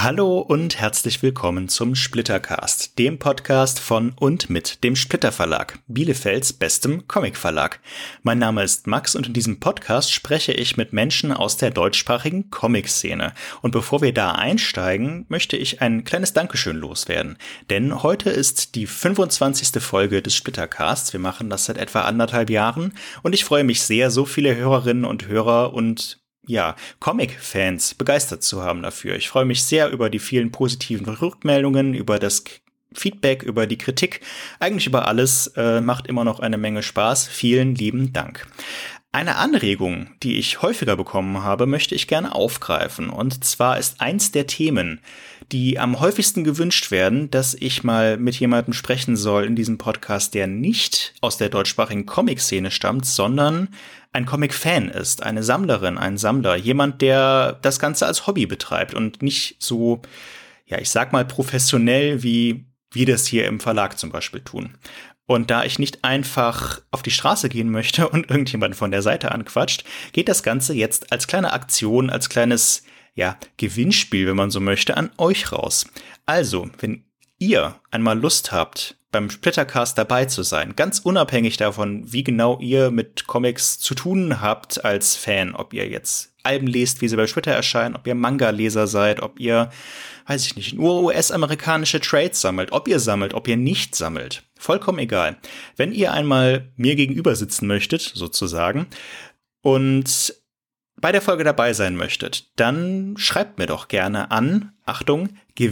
Hallo und herzlich willkommen zum Splittercast, dem Podcast von und mit dem Splitter Verlag, Bielefelds bestem Comicverlag. Mein Name ist Max und in diesem Podcast spreche ich mit Menschen aus der deutschsprachigen Comic-Szene. Und bevor wir da einsteigen, möchte ich ein kleines Dankeschön loswerden. Denn heute ist die 25. Folge des Splittercasts. Wir machen das seit etwa 1,5 Jahren und ich freue mich sehr, so viele Hörerinnen und Hörer und Comic-Fans begeistert zu haben dafür. Ich freue mich sehr über die vielen positiven Rückmeldungen, über das Feedback, über die Kritik, eigentlich über alles, macht immer noch eine Menge Spaß. Vielen lieben Dank. Eine Anregung, die ich häufiger bekommen habe, möchte ich gerne aufgreifen. Und zwar ist eins der Themen, die am häufigsten gewünscht werden, dass ich mal mit jemandem sprechen soll in diesem Podcast, der nicht aus der deutschsprachigen Comic-Szene stammt, sondern ein Comic-Fan ist, eine Sammlerin, ein Sammler, jemand, der das Ganze als Hobby betreibt und nicht so, ich sag mal professionell, wie wir das hier im Verlag zum Beispiel tun. Und da ich nicht einfach auf die Straße gehen möchte und irgendjemand von der Seite anquatscht, geht das Ganze jetzt als kleine Aktion, als kleines, Gewinnspiel, wenn man so möchte, an euch raus. Also, wenn ihr einmal Lust habt, beim Splittercast dabei zu sein, ganz unabhängig davon, wie genau ihr mit Comics zu tun habt als Fan, ob ihr jetzt Alben lest, wie sie bei Splitter erscheinen, ob ihr Manga-Leser seid, ob ihr, nur US-amerikanische Trades sammelt, ob ihr nicht sammelt. Vollkommen egal. Wenn ihr einmal mir gegenüber sitzen möchtet, sozusagen, und bei der Folge dabei sein möchtet, dann schreibt mir doch gerne an, Achtung,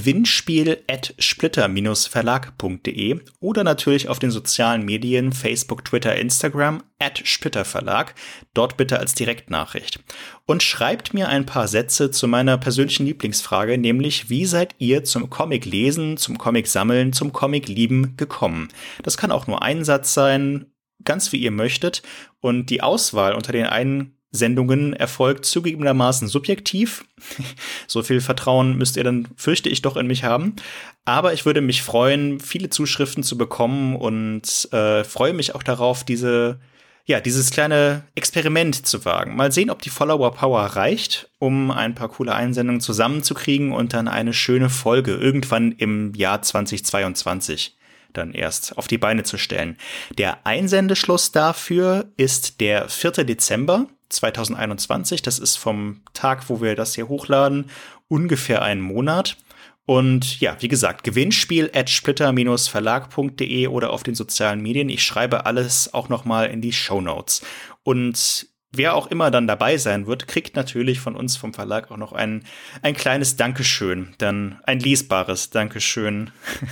gewinnspiel@splitter-verlag.de oder natürlich auf den sozialen Medien Facebook, Twitter, Instagram @splitterverlag, dort bitte als Direktnachricht. Und schreibt mir ein paar Sätze zu meiner persönlichen Lieblingsfrage, nämlich wie seid ihr zum Comic lesen, zum Comic sammeln, zum Comic lieben gekommen? Das kann auch nur ein Satz sein, ganz wie ihr möchtet, und die Auswahl unter den Einsendungen erfolgt zugegebenermaßen subjektiv. So viel Vertrauen müsst ihr dann, fürchte ich, doch in mich haben. Aber ich würde mich freuen, viele Zuschriften zu bekommen und freue mich auch darauf, dieses kleine Experiment zu wagen. Mal sehen, ob die Follower-Power reicht, um ein paar coole Einsendungen zusammenzukriegen und dann eine schöne Folge irgendwann im Jahr 2022 dann erst auf die Beine zu stellen. Der Einsendeschluss dafür ist der 4. Dezember 2021. Das ist vom Tag, wo wir das hier hochladen, ungefähr einen Monat. Und wie gesagt, Gewinnspiel @splitter-verlag.de oder auf den sozialen Medien. Ich schreibe alles auch noch mal in die Shownotes. Und wer auch immer dann dabei sein wird, kriegt natürlich von uns vom Verlag auch noch ein kleines Dankeschön, dann ein lesbares Dankeschön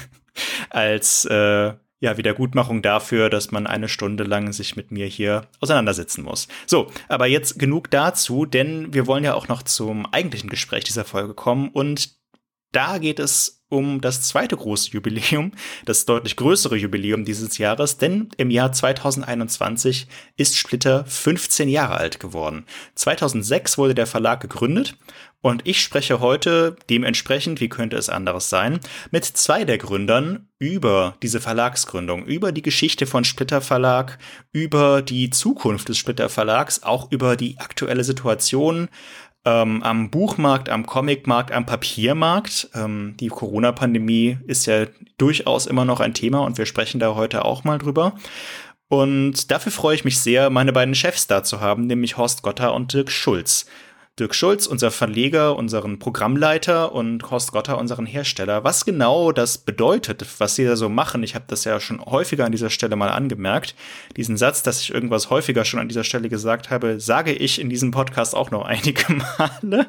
als Wiedergutmachung dafür, dass man 1 Stunde lang sich mit mir hier auseinandersetzen muss. So, aber jetzt genug dazu, denn wir wollen ja auch noch zum eigentlichen Gespräch dieser Folge kommen und da geht es um das zweite große Jubiläum, das deutlich größere Jubiläum dieses Jahres, denn im Jahr 2021 ist Splitter 15 Jahre alt geworden. 2006 wurde der Verlag gegründet und ich spreche heute dementsprechend, wie könnte es anderes sein, mit 2 der Gründern über diese Verlagsgründung, über die Geschichte von Splitter Verlag, über die Zukunft des Splitter Verlags, auch über die aktuelle Situation am Buchmarkt, am Comicmarkt, am Papiermarkt. Die Corona-Pandemie ist ja durchaus immer noch ein Thema und wir sprechen da heute auch mal drüber. Und dafür freue ich mich sehr, meine beiden Chefs da zu haben, nämlich Horst Gotter und Dirk Schulz. Dirk Schulz, unser Verleger, unseren Programmleiter, und Horst Gotter, unseren Hersteller. Was genau das bedeutet, was sie da so machen, ich habe das ja schon häufiger an dieser Stelle mal angemerkt. Diesen Satz, dass ich irgendwas häufiger schon an dieser Stelle gesagt habe, sage ich in diesem Podcast auch noch einige Male.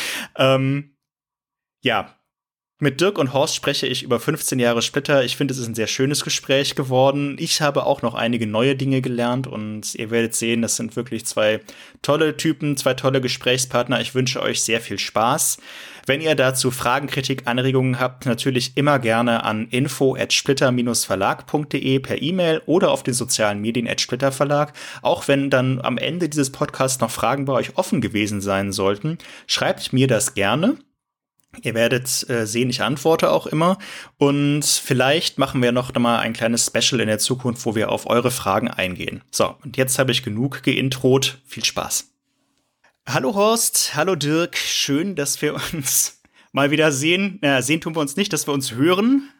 Mit Dirk und Horst spreche ich über 15 Jahre Splitter. Ich finde, es ist ein sehr schönes Gespräch geworden. Ich habe auch noch einige neue Dinge gelernt und ihr werdet sehen, das sind wirklich 2 tolle Typen, 2 tolle Gesprächspartner. Ich wünsche euch sehr viel Spaß. Wenn ihr dazu Fragen, Kritik, Anregungen habt, natürlich immer gerne an info@splitter-verlag.de per E-Mail oder auf den sozialen Medien @splitterverlag. Auch wenn dann am Ende dieses Podcasts noch Fragen bei euch offen gewesen sein sollten, schreibt mir das gerne. Ihr werdet sehen, ich antworte auch immer. Und vielleicht machen wir noch mal ein kleines Special in der Zukunft, wo wir auf eure Fragen eingehen. So, und jetzt habe ich genug geintrot. Viel Spaß. Hallo Horst, hallo Dirk. Schön, dass wir uns mal wieder sehen. Ja, sehen tun wir uns nicht, dass wir uns hören.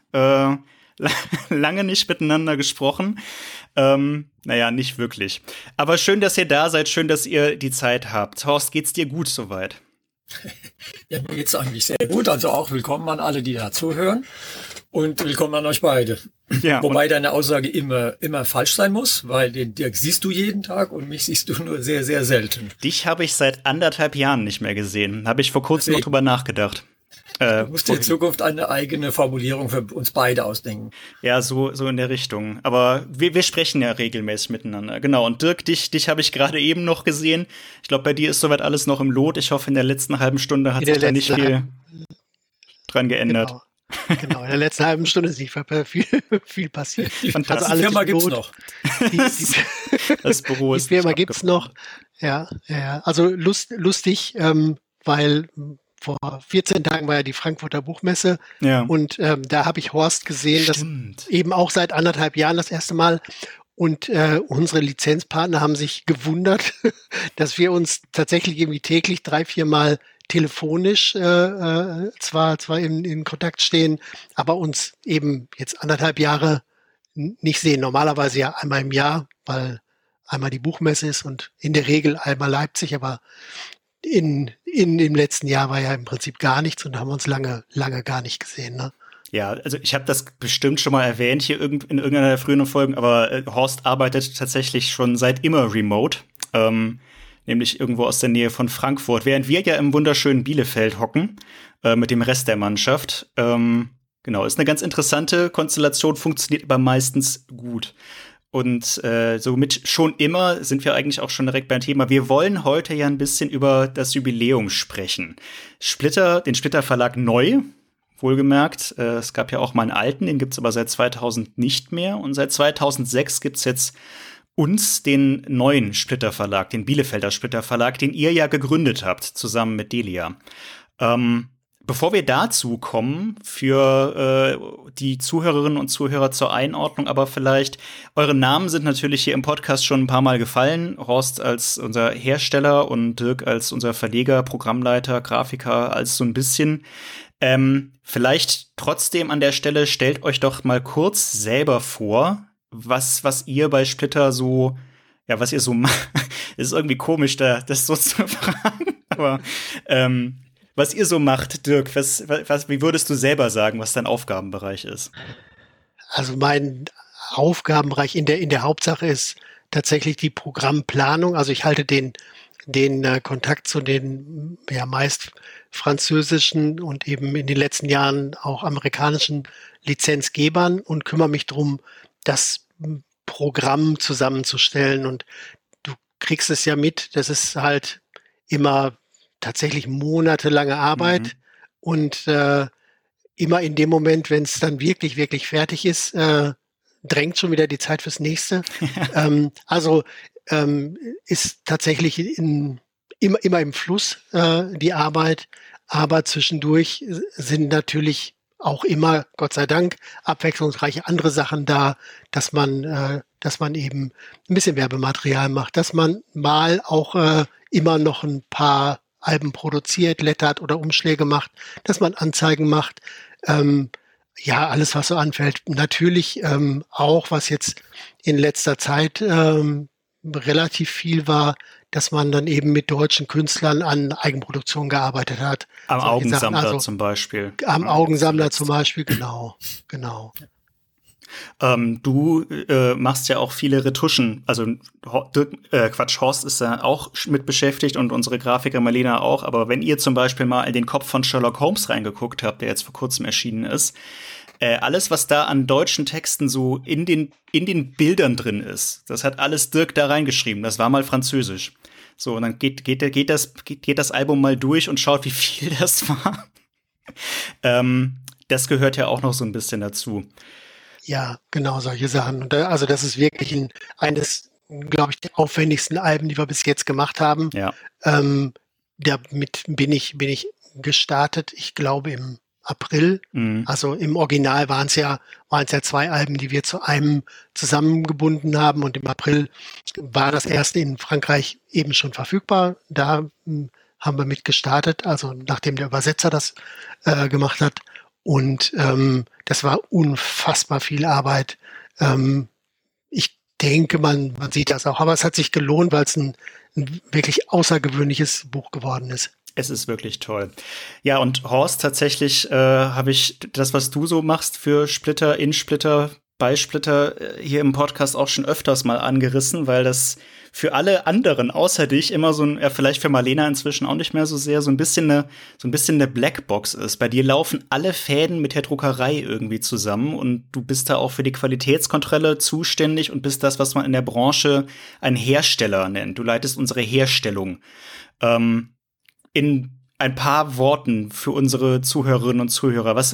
Lange nicht miteinander gesprochen. Naja, nicht wirklich. Aber schön, dass ihr da seid. Schön, dass ihr die Zeit habt. Horst, geht's dir gut soweit? Ja, mir geht's eigentlich sehr gut. Also auch willkommen an alle, die da zuhören. Und willkommen an euch beide. Ja, wobei deine Aussage immer falsch sein muss, weil den Dirk siehst du jeden Tag und mich siehst du nur sehr, sehr selten. Dich habe ich seit 1,5 Jahren nicht mehr gesehen. Habe ich vor kurzem noch drüber nachgedacht. Du musst dir in Zukunft eine eigene Formulierung für uns beide ausdenken. Ja, so in der Richtung. Aber wir sprechen ja regelmäßig miteinander. Genau. Und Dirk, dich habe ich gerade eben noch gesehen. Ich glaube, bei dir ist soweit alles noch im Lot. Ich hoffe, in der letzten halben Stunde hat sich da nicht viel dran geändert. Genau, in der letzten halben Stunde ist nicht viel passiert. Also die Firma gibt's noch. Das Büro ist die Firma gibt's noch. Ja. Also lustig, weil vor 14 Tagen war ja die Frankfurter Buchmesse. Ja. Und da habe ich Horst gesehen, das eben auch seit 1,5 Jahren das erste Mal. Und unsere Lizenzpartner haben sich gewundert, dass wir uns tatsächlich irgendwie täglich 3-4 Mal telefonisch zwar in Kontakt stehen, aber uns eben jetzt 1,5 Jahre nicht sehen. Normalerweise ja einmal im Jahr, weil einmal die Buchmesse ist und in der Regel einmal Leipzig, aber in dem letzten Jahr war ja im Prinzip gar nichts und haben uns lange gar nicht gesehen, ne? Ja, also ich habe das bestimmt schon mal erwähnt hier in irgendeiner der früheren Folgen, aber Horst arbeitet tatsächlich schon seit immer remote, nämlich irgendwo aus der Nähe von Frankfurt, während wir ja im wunderschönen Bielefeld hocken mit dem Rest der Mannschaft. Genau, ist eine ganz interessante Konstellation, funktioniert aber meistens gut. Und somit schon immer sind wir eigentlich auch schon direkt beim Thema. Wir wollen heute ja ein bisschen über das Jubiläum sprechen. Den Splitter Verlag neu, wohlgemerkt. Es gab ja auch mal einen alten, den gibt's aber seit 2000 nicht mehr. Und seit 2006 gibt's jetzt uns den neuen Splitter Verlag, den Bielefelder Splitter Verlag, den ihr ja gegründet habt, zusammen mit Delia. Bevor wir dazu kommen, für die Zuhörerinnen und Zuhörer zur Einordnung, aber vielleicht, eure Namen sind natürlich hier im Podcast schon ein paar Mal gefallen. Horst als unser Hersteller und Dirk als unser Verleger, Programmleiter, Grafiker, als so ein bisschen. Vielleicht trotzdem an der Stelle, stellt euch doch mal kurz selber vor, was ihr bei Splitter so, ja, was ihr so macht. Ist irgendwie komisch, das so zu fragen, aber was ihr so macht, Dirk, wie würdest du selber sagen, was dein Aufgabenbereich ist? Also mein Aufgabenbereich in der Hauptsache ist tatsächlich die Programmplanung. Also ich halte den Kontakt zu den ja meist französischen und eben in den letzten Jahren auch amerikanischen Lizenzgebern und kümmere mich darum, das Programm zusammenzustellen. Und du kriegst es ja mit, das ist halt immer tatsächlich monatelange Arbeit und immer in dem Moment, wenn es dann wirklich, wirklich fertig ist, drängt schon wieder die Zeit fürs Nächste. Ist tatsächlich immer im Fluss die Arbeit, aber zwischendurch sind natürlich auch immer, Gott sei Dank, abwechslungsreiche andere Sachen da, dass man eben ein bisschen Werbematerial macht, dass man mal auch immer noch ein paar Alben produziert, lettert oder Umschläge macht, dass man Anzeigen macht. Alles, was so anfällt. Natürlich auch, was jetzt in letzter Zeit relativ viel war, dass man dann eben mit deutschen Künstlern an Eigenproduktion gearbeitet hat. Am Augensammler zum Beispiel. Am Augensammler zum Beispiel, genau. Du machst ja auch viele Retuschen. Also Horst ist da auch mit beschäftigt und unsere Grafiker Marlena auch. Aber wenn ihr zum Beispiel mal in den Kopf von Sherlock Holmes reingeguckt habt, der jetzt vor kurzem erschienen ist, alles, was da an deutschen Texten so in den Bildern drin ist, das hat alles Dirk da reingeschrieben. Das war mal Französisch. So, und dann geht das Album mal durch und schaut, wie viel das war. Das gehört ja auch noch so ein bisschen dazu. Ja, genau, solche Sachen. Und also das ist wirklich eines, glaube ich, der aufwendigsten Alben, die wir bis jetzt gemacht haben. Ja. Damit bin ich gestartet, ich glaube im April. Also im Original waren es ja 2 Alben, die wir zu einem zusammengebunden haben. Und im April war das erste in Frankreich eben schon verfügbar. Da haben wir mit gestartet, also nachdem der Übersetzer das gemacht hat. Und das war unfassbar viel Arbeit. Ich denke, man sieht das auch, aber es hat sich gelohnt, weil es ein wirklich außergewöhnliches Buch geworden ist. Es ist wirklich toll. Ja, und Horst, tatsächlich habe ich das, was du so machst für Splitter, in Splitter, bei Splitter hier im Podcast auch schon öfters mal angerissen, weil das für alle anderen außer dich immer so ein, vielleicht für Marlena inzwischen auch nicht mehr so sehr, so ein bisschen eine Blackbox ist. Bei dir laufen alle Fäden mit der Druckerei irgendwie zusammen und du bist da auch für die Qualitätskontrolle zuständig und bist das, was man in der Branche einen Hersteller nennt. Du leitest unsere Herstellung. In ein paar Worten für unsere Zuhörerinnen und Zuhörer. Was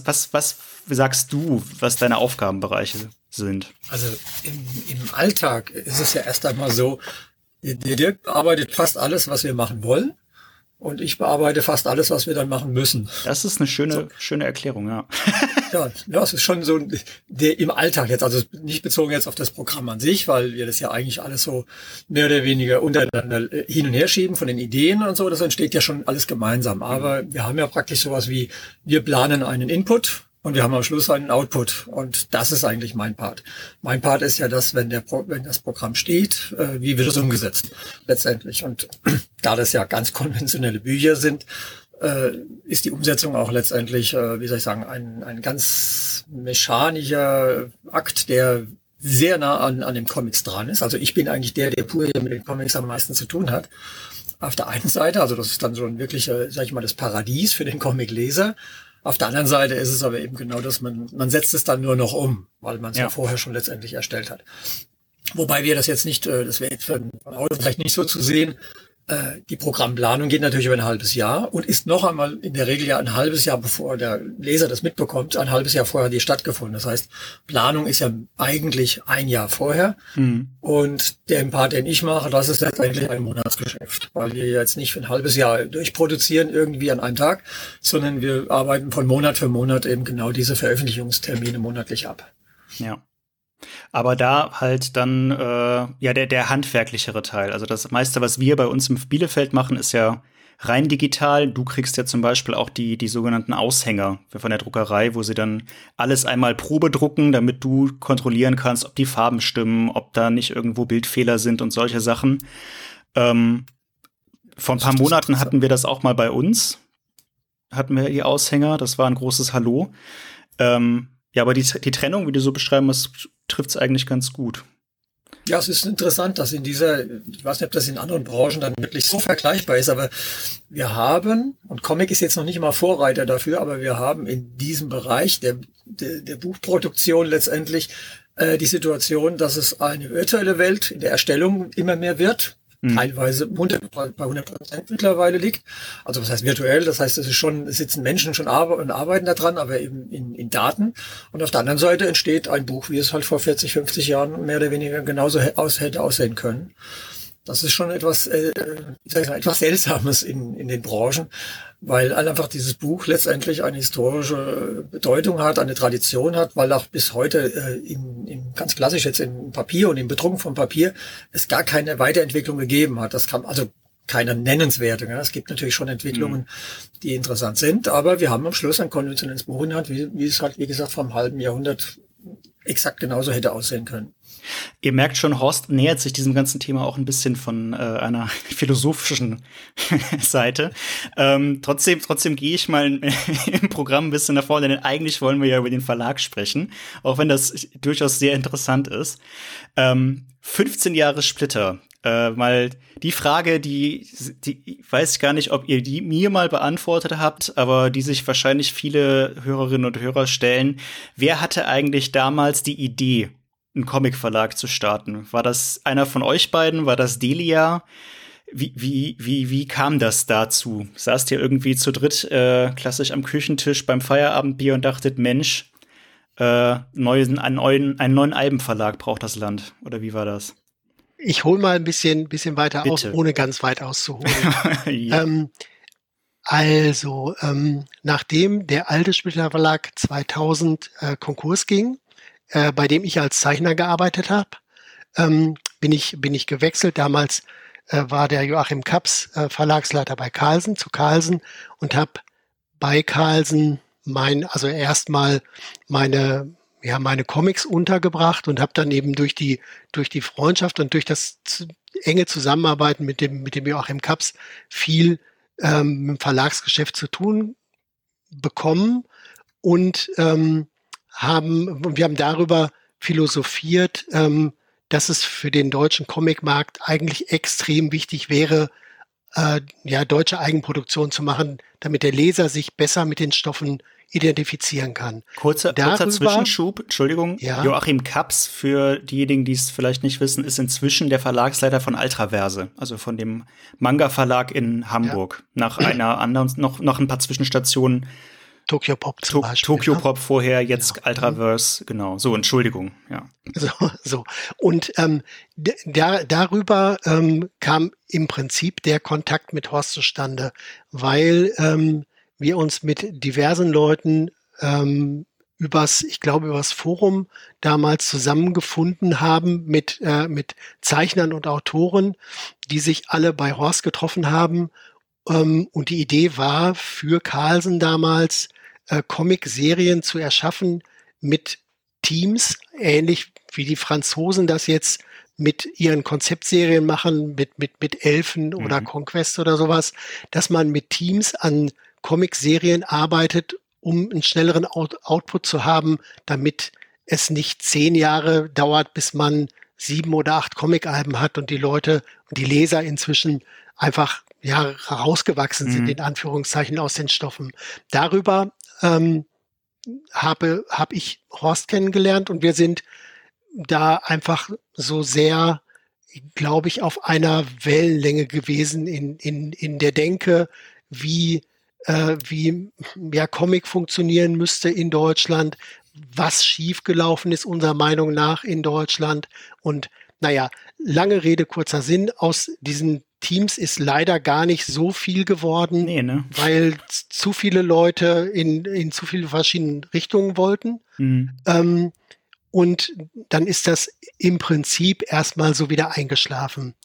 sagst du, was deine Aufgabenbereiche sind? Also im Alltag ist es ja erst einmal so, der Dirk bearbeitet fast alles, was wir machen wollen. Und ich bearbeite fast alles, was wir dann machen müssen. Das ist eine schöne Erklärung, ja. Ja, es ist schon so im Alltag jetzt, also nicht bezogen jetzt auf das Programm an sich, weil wir das ja eigentlich alles so mehr oder weniger untereinander hin und her schieben von den Ideen und so. Das entsteht ja schon alles gemeinsam. Aber wir haben ja praktisch sowas wie, wir planen einen Input und wir haben am Schluss einen Output. Und das ist eigentlich mein Part. Mein Part ist ja das, wenn das Programm steht, wie wird es umgesetzt letztendlich. Und da das ja ganz konventionelle Bücher sind, ist die Umsetzung auch letztendlich, wie soll ich sagen, ein ganz mechanischer Akt, der sehr nah an den Comics dran ist. Also ich bin eigentlich der pur mit den Comics am meisten zu tun hat. Auf der einen Seite, also das ist dann so ein wirklich, sag ich mal, das Paradies für den Comicleser. Auf der anderen Seite ist es aber eben genau das, man setzt es dann nur noch um, weil man es ja vorher schon letztendlich erstellt hat. Wobei wir das jetzt nicht, das wäre jetzt von außen vielleicht nicht so zu sehen, die Programmplanung geht natürlich über ein halbes Jahr und ist noch einmal in der Regel ja ein halbes Jahr, bevor der Leser das mitbekommt, ein halbes Jahr vorher die stattgefunden. Das heißt, Planung ist ja eigentlich ein Jahr vorher und der Part, den ich mache, das ist letztendlich ein Monatsgeschäft, weil wir jetzt nicht für ein halbes Jahr durchproduzieren irgendwie an einem Tag, sondern wir arbeiten von Monat für Monat eben genau diese Veröffentlichungstermine monatlich ab. Ja. Aber da halt dann der handwerklichere Teil. Also das meiste, was wir bei uns im Bielefeld machen, ist ja rein digital. Du kriegst ja zum Beispiel auch die sogenannten Aushänger von der Druckerei, wo sie dann alles einmal Probe drucken, damit du kontrollieren kannst, ob die Farben stimmen, ob da nicht irgendwo Bildfehler sind und solche Sachen. Vor ein paar Monaten hatten wir das auch mal bei uns. Hatten wir die Aushänger. Das war ein großes Hallo. Ja, aber die Trennung, wie du so beschreiben musst, trifft es eigentlich ganz gut. Ja, es ist interessant, dass ich weiß nicht, ob das in anderen Branchen dann wirklich so vergleichbar ist, aber wir haben, und Comic ist jetzt noch nicht mal Vorreiter dafür, aber wir haben in diesem Bereich der Buchproduktion letztendlich die Situation, dass es eine virtuelle Welt in der Erstellung immer mehr wird. Teilweise bei 100% mittlerweile liegt. Also was heißt virtuell? Das heißt, es sitzen Menschen schon und arbeiten daran, aber eben in Daten. Und auf der anderen Seite entsteht ein Buch, wie es halt vor 40, 50 Jahren mehr oder weniger genauso hätte aussehen können. Das ist schon etwas Seltsames in den Branchen, weil einfach dieses Buch letztendlich eine historische Bedeutung hat, eine Tradition hat, weil auch bis heute ganz klassisch jetzt im Papier und im Bedrucken von Papier es gar keine Weiterentwicklung gegeben hat. Das kann also keine nennenswerte. Es gibt natürlich schon Entwicklungen, die interessant sind, aber wir haben am Schluss ein konventionelles Buch in der Hand, wie es halt, wie gesagt, vor einem halben Jahrhundert exakt genauso hätte aussehen können. Ihr merkt schon, Horst nähert sich diesem ganzen Thema auch ein bisschen von einer philosophischen Seite. Trotzdem gehe ich mal im Programm ein bisschen nach vorne, denn eigentlich wollen wir ja über den Verlag sprechen, auch wenn das durchaus sehr interessant ist. 15 Jahre Splitter. Mal die Frage, die weiß ich gar nicht, ob ihr die mir mal beantwortet habt, aber die sich wahrscheinlich viele Hörerinnen und Hörer stellen. Wer hatte eigentlich damals die Idee, einen Comicverlag zu starten? War das einer von euch beiden? War das Delia? Wie kam das dazu? Saßt ihr irgendwie zu dritt klassisch am Küchentisch beim Feierabendbier und dachtet, Mensch, einen neuen Albenverlag braucht das Land? Oder wie war das? Ich hole mal ein bisschen weiter Bitte. aus, ohne ganz weit auszuholen. Ja. Nachdem der alte Splitter Verlag 2000 Konkurs ging, bei dem ich als Zeichner gearbeitet habe, bin ich gewechselt. Damals war der Joachim Kaps Verlagsleiter bei Carlsen, zu Carlsen, und habe bei Carlsen erstmal meine Comics untergebracht und habe dann eben durch die Freundschaft und durch das enge Zusammenarbeiten mit dem Joachim Kaps viel mit dem Verlagsgeschäft zu tun bekommen und wir haben darüber philosophiert, dass es für den deutschen Comicmarkt eigentlich extrem wichtig wäre, deutsche Eigenproduktion zu machen, damit der Leser sich besser mit den Stoffen identifizieren kann. Kurzer Zwischenschub, Entschuldigung. Ja. Joachim Kaps, für diejenigen, die es vielleicht nicht wissen, ist inzwischen der Verlagsleiter von Altraverse, also von dem Manga-Verlag in Hamburg. Ja. Nach einer anderen, noch ein paar Zwischenstationen. Tokyopop zum Beispiel. Tokyopop vorher, jetzt genau. Altraverse, genau. So, Entschuldigung, ja. So. Und darüber kam im Prinzip der Kontakt mit Horst zustande, weil wir uns mit diversen Leuten übers Forum damals zusammengefunden haben mit Zeichnern und Autoren, die sich alle bei Horst getroffen haben. Und die Idee war für Carlsen damals, Comic-Serien zu erschaffen mit Teams, ähnlich wie die Franzosen das jetzt mit ihren Konzeptserien machen, mit Elfen oder Conquest oder sowas, dass man mit Teams an Comic-Serien arbeitet, um einen schnelleren Output zu haben, damit es nicht 10 Jahre dauert, bis man 7 oder 8 Comic-Alben hat und die Leute und die Leser inzwischen einfach rausgewachsen sind, in Anführungszeichen, aus den Stoffen. Darüber habe ich Horst kennengelernt und wir sind da einfach so sehr, glaube ich, auf einer Wellenlänge gewesen in der Denke, wie Comic funktionieren müsste in Deutschland, was schiefgelaufen ist unserer Meinung nach in Deutschland. Und lange Rede, kurzer Sinn, aus diesen Teams ist leider gar nicht so viel geworden, weil zu viele Leute in zu viele verschiedene Richtungen wollten. Und dann ist das im Prinzip erstmal so wieder eingeschlafen.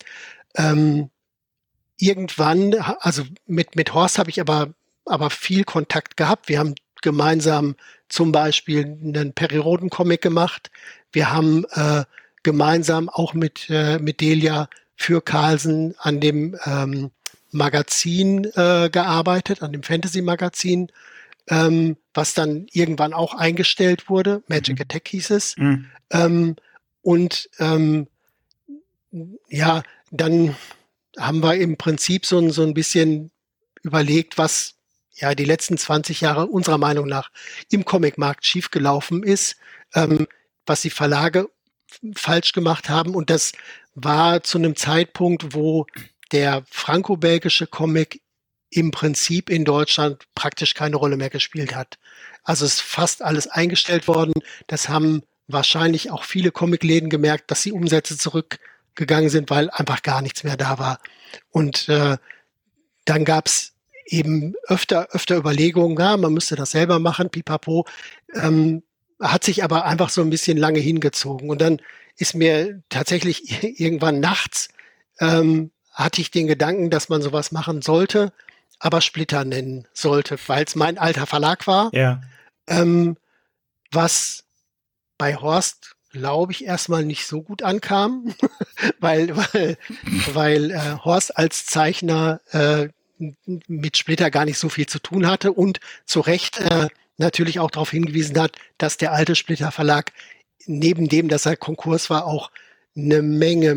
Irgendwann, also mit Horst habe ich aber viel Kontakt gehabt. Wir haben gemeinsam zum Beispiel einen Peri-Roden-Comic gemacht. Wir haben gemeinsam auch mit Delia für Carlsen an dem Magazin gearbeitet, an dem Fantasy-Magazin, was dann irgendwann auch eingestellt wurde. Magic Attack hieß es. Dann haben wir im Prinzip so ein bisschen überlegt, was die letzten 20 Jahre unserer Meinung nach im Comicmarkt schiefgelaufen ist, was die Verlage falsch gemacht haben. Und das war zu einem Zeitpunkt, wo der franco-belgische Comic im Prinzip in Deutschland praktisch keine Rolle mehr gespielt hat. Also es ist fast alles eingestellt worden. Das haben wahrscheinlich auch viele Comicläden gemerkt, dass die Umsätze zurückgegangen sind, weil einfach gar nichts mehr da war. Und dann gab's eben öfter Überlegungen, man müsste das selber machen, pipapo, hat sich aber einfach so ein bisschen lange hingezogen. Und dann ist mir tatsächlich irgendwann nachts, hatte ich den Gedanken, dass man sowas machen sollte, aber Splitter nennen sollte, weil es mein alter Verlag war. Ja. Was bei Horst, glaube ich, erstmal nicht so gut ankam, weil Horst als Zeichner mit Splitter gar nicht so viel zu tun hatte und zu Recht natürlich auch darauf hingewiesen hat, dass der alte Splitter Verlag neben dem, dass er Konkurs war, auch eine Menge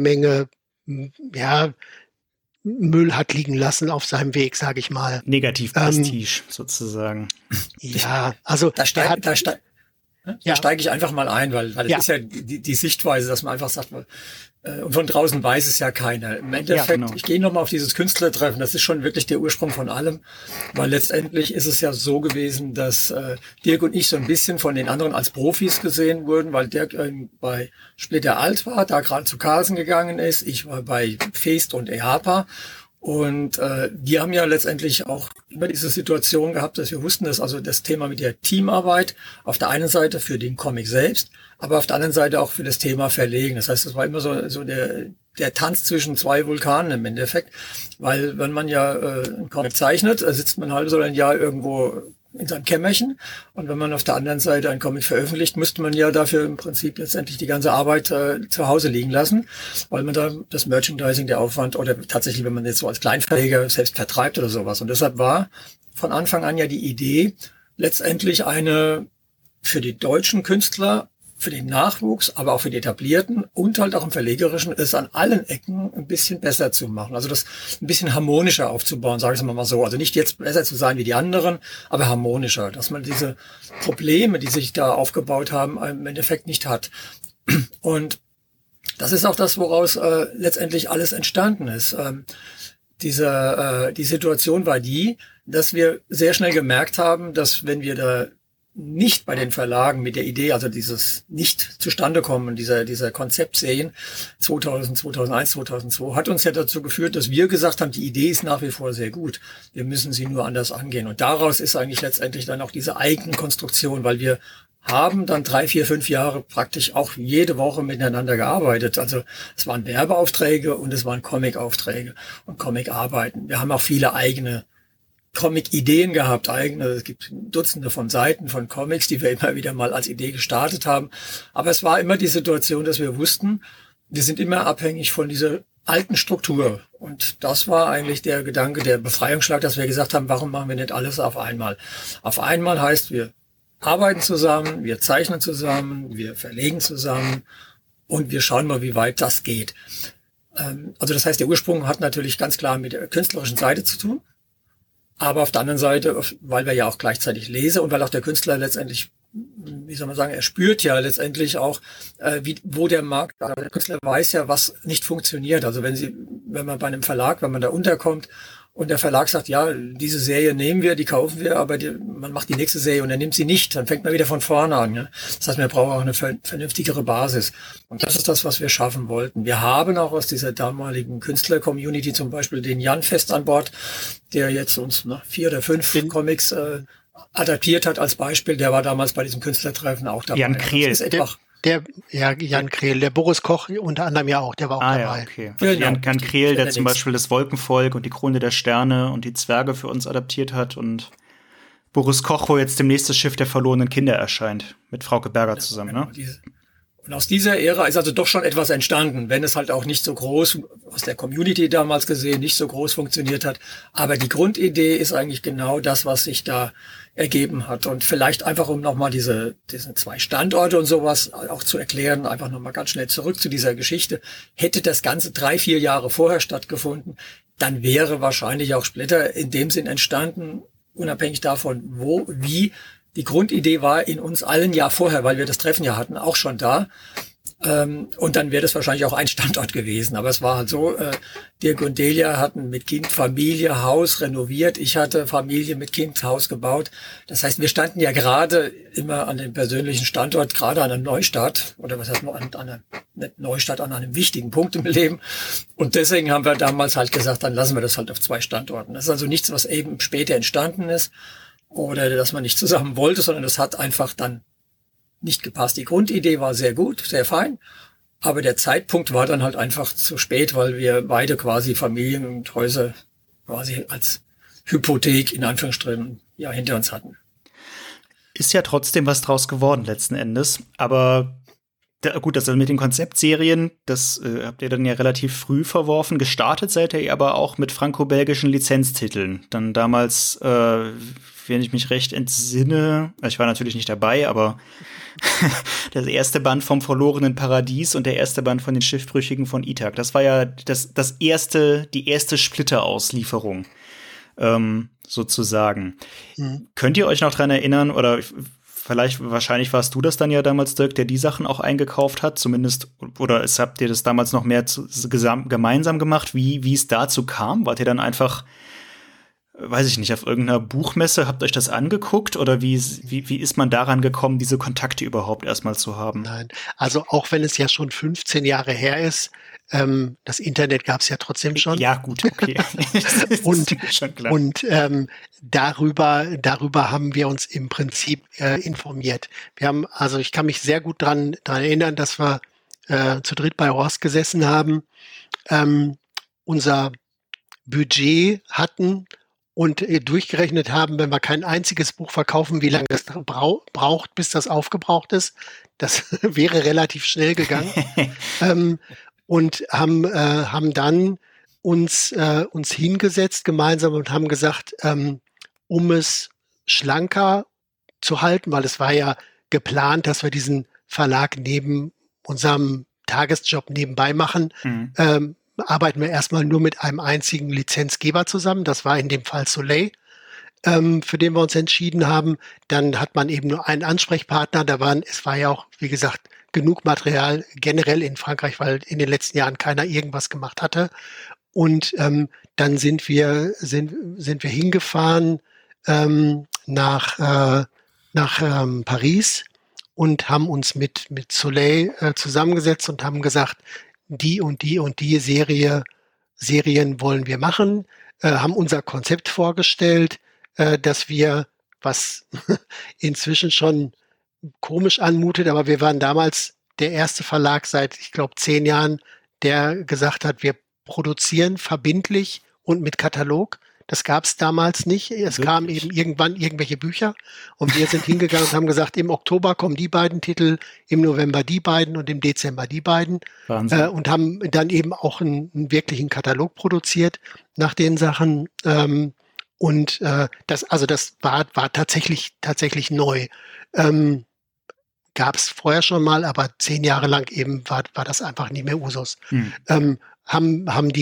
Müll hat liegen lassen auf seinem Weg, sage ich mal. Negativ Prestige sozusagen. Ja, also da steige ich einfach mal ein, weil das ist ja die Sichtweise, dass man einfach sagt, und von draußen weiß es ja keiner. Im Endeffekt, ich gehe nochmal auf dieses Künstlertreffen, das ist schon wirklich der Ursprung von allem, weil letztendlich ist es ja so gewesen, dass Dirk und ich so ein bisschen von den anderen als Profis gesehen wurden, weil Dirk bei Splitter alt war, da gerade zu Carlsen gegangen ist, ich war bei Feest und EHPA Und wir haben ja letztendlich auch immer diese Situation gehabt, dass wir wussten, dass also das Thema mit der Teamarbeit auf der einen Seite für den Comic selbst, aber auf der anderen Seite auch für das Thema Verlegen. Das heißt, es war immer so der Tanz zwischen zwei Vulkanen im Endeffekt, weil wenn man ja einen Comic zeichnet, sitzt man ein halbes oder ein Jahr irgendwo in seinem Kämmerchen, und wenn man auf der anderen Seite einen Comic veröffentlicht, müsste man ja dafür im Prinzip letztendlich die ganze Arbeit zu Hause liegen lassen, weil man da das Merchandising, der Aufwand, oder tatsächlich, wenn man jetzt so als Kleinverleger selbst vertreibt oder sowas. Und deshalb war von Anfang an ja die Idee, letztendlich eine für die deutschen Künstler, für den Nachwuchs, aber auch für die Etablierten und halt auch im Verlegerischen, es an allen Ecken ein bisschen besser zu machen. Also das ein bisschen harmonischer aufzubauen, sage ich mal so. Also nicht jetzt besser zu sein wie die anderen, aber harmonischer. Dass man diese Probleme, die sich da aufgebaut haben, im Endeffekt nicht hat. Und das ist auch das, woraus letztendlich alles entstanden ist. Die Situation war die, dass wir sehr schnell gemerkt haben, dass wenn wir da nicht bei den Verlagen mit der Idee, also dieses nicht zustande kommen, dieser Konzeptserien 2000, 2001, 2002, hat uns ja dazu geführt, dass wir gesagt haben, die Idee ist nach wie vor sehr gut. Wir müssen sie nur anders angehen. Und daraus ist eigentlich letztendlich dann auch diese Eigenkonstruktion, weil wir haben dann 3, 4, 5 Jahre praktisch auch jede Woche miteinander gearbeitet. Also es waren Werbeaufträge und es waren Comic-Aufträge und Comic-Arbeiten. Wir haben auch viele eigene Comic-Ideen gehabt, eigene. Es gibt Dutzende von Seiten von Comics, die wir immer wieder mal als Idee gestartet haben. Aber es war immer die Situation, dass wir wussten, wir sind immer abhängig von dieser alten Struktur. Und das war eigentlich der Gedanke, der Befreiungsschlag, dass wir gesagt haben, warum machen wir nicht alles auf einmal? Auf einmal heißt, wir arbeiten zusammen, wir zeichnen zusammen, wir verlegen zusammen und wir schauen mal, wie weit das geht. Also das heißt, der Ursprung hat natürlich ganz klar mit der künstlerischen Seite zu tun. Aber auf der anderen Seite, weil wir ja auch gleichzeitig lesen und weil auch der Künstler letztendlich, wie soll man sagen, er spürt ja letztendlich auch, wo der Markt, also der Künstler weiß ja, was nicht funktioniert. Also wenn man bei einem Verlag, wenn man da unterkommt und der Verlag sagt, ja, diese Serie nehmen wir, die kaufen wir, aber man macht die nächste Serie und er nimmt sie nicht, dann fängt man wieder von vorne an. Ja? Das heißt, man braucht auch eine vernünftigere Basis. Und das ist das, was wir schaffen wollten. Wir haben auch aus dieser damaligen Künstler-Community zum Beispiel den Jan fest an Bord, der jetzt uns 4 oder 5 Comics adaptiert hat als Beispiel. Der war damals bei diesem Künstlertreffen auch dabei. Jan Krehl. Jan Krehl, der Boris Koch unter anderem ja auch, der war auch dabei. Ja, okay. Also Jan Krehl, der zum Beispiel das Wolkenvolk und die Krone der Sterne und die Zwerge für uns adaptiert hat, und Boris Koch, wo jetzt demnächst das Schiff der verlorenen Kinder erscheint, mit Frauke Berger zusammen, ne? Und aus dieser Ära ist also doch schon etwas entstanden, wenn es halt auch nicht so groß, aus der Community damals gesehen, nicht so groß funktioniert hat. Aber die Grundidee ist eigentlich genau das, was sich da ergeben hat. Und vielleicht einfach, um nochmal diese 2 Standorte und sowas auch zu erklären, einfach nochmal ganz schnell zurück zu dieser Geschichte. Hätte das Ganze 3, 4 Jahre vorher stattgefunden, dann wäre wahrscheinlich auch Splitter in dem Sinn entstanden, unabhängig davon, wie. Die Grundidee war in uns allen Jahr vorher, weil wir das Treffen ja hatten, auch schon da. Und dann wäre das wahrscheinlich auch ein Standort gewesen. Aber es war halt so, Dirk und Delia hatten mit Kind, Familie, Haus renoviert. Ich hatte Familie mit Kind, Haus gebaut. Das heißt, wir standen ja gerade immer an dem persönlichen Standort, gerade an einem Neustart. Oder was heißt an einem wichtigen Punkt im Leben. Und deswegen haben wir damals halt gesagt, dann lassen wir das halt auf 2 Standorten. Das ist also nichts, was eben später entstanden ist. Oder dass man nicht zusammen wollte, sondern das hat einfach dann nicht gepasst. Die Grundidee war sehr gut, sehr fein, aber der Zeitpunkt war dann halt einfach zu spät, weil wir beide quasi Familien und Häuser quasi als Hypothek in Anführungsstrichen ja hinter uns hatten. Ist ja trotzdem was draus geworden letzten Endes, aber gut, das mit den Konzeptserien, das habt ihr dann ja relativ früh verworfen. Gestartet seid ihr aber auch mit franco-belgischen Lizenztiteln. Dann damals, wenn ich mich recht entsinne, ich war natürlich nicht dabei, aber das erste Band vom verlorenen Paradies und der erste Band von den Schiffbrüchigen von Ithak. Das war ja die erste Splitter-Auslieferung, sozusagen. Mhm. Könnt ihr euch noch dran erinnern, oder wahrscheinlich warst du das dann ja damals, Dirk, der die Sachen auch eingekauft hat, zumindest, oder habt ihr das damals noch mehr gemeinsam gemacht, wie es dazu kam? Wart ihr dann einfach, weiß ich nicht, auf irgendeiner Buchmesse, habt euch das angeguckt, oder wie ist man daran gekommen, diese Kontakte überhaupt erstmal zu haben? Nein, also auch wenn es ja schon 15 Jahre her ist, Das Internet gab es ja trotzdem schon. Ja, gut, okay. und darüber haben wir uns im Prinzip informiert. Also ich kann mich sehr gut dran erinnern, dass wir zu dritt bei Horst gesessen haben, unser Budget hatten und durchgerechnet haben, wenn wir kein einziges Buch verkaufen, wie lange es braucht, bis das aufgebraucht ist. Das wäre relativ schnell gegangen. Und haben dann uns hingesetzt gemeinsam und haben gesagt, um es schlanker zu halten, weil es war ja geplant, dass wir diesen Verlag neben unserem Tagesjob nebenbei machen, arbeiten wir erstmal nur mit einem einzigen Lizenzgeber zusammen. Das war in dem Fall Soleil, für den wir uns entschieden haben. Dann hat man eben nur einen Ansprechpartner. Es war ja auch, wie gesagt, genug Material generell in Frankreich, weil in den letzten Jahren keiner irgendwas gemacht hatte. Und dann sind wir hingefahren nach Paris und haben uns mit Soleil zusammengesetzt und haben gesagt, die und die und die Serien wollen wir machen, haben unser Konzept vorgestellt, dass wir, was inzwischen schon komisch anmutet, aber wir waren damals der erste Verlag seit, ich glaube, 10 Jahren, der gesagt hat, wir produzieren verbindlich und mit Katalog. Das gab es damals nicht. Es kamen eben irgendwann irgendwelche Bücher und wir sind hingegangen und haben gesagt, im Oktober kommen die beiden Titel, im November die beiden und im Dezember die beiden. Und haben dann eben auch einen wirklichen Katalog produziert nach den Sachen. Das war tatsächlich neu. Gab es vorher schon mal, aber 10 Jahre lang eben war das einfach nicht mehr Usus. Und dann haben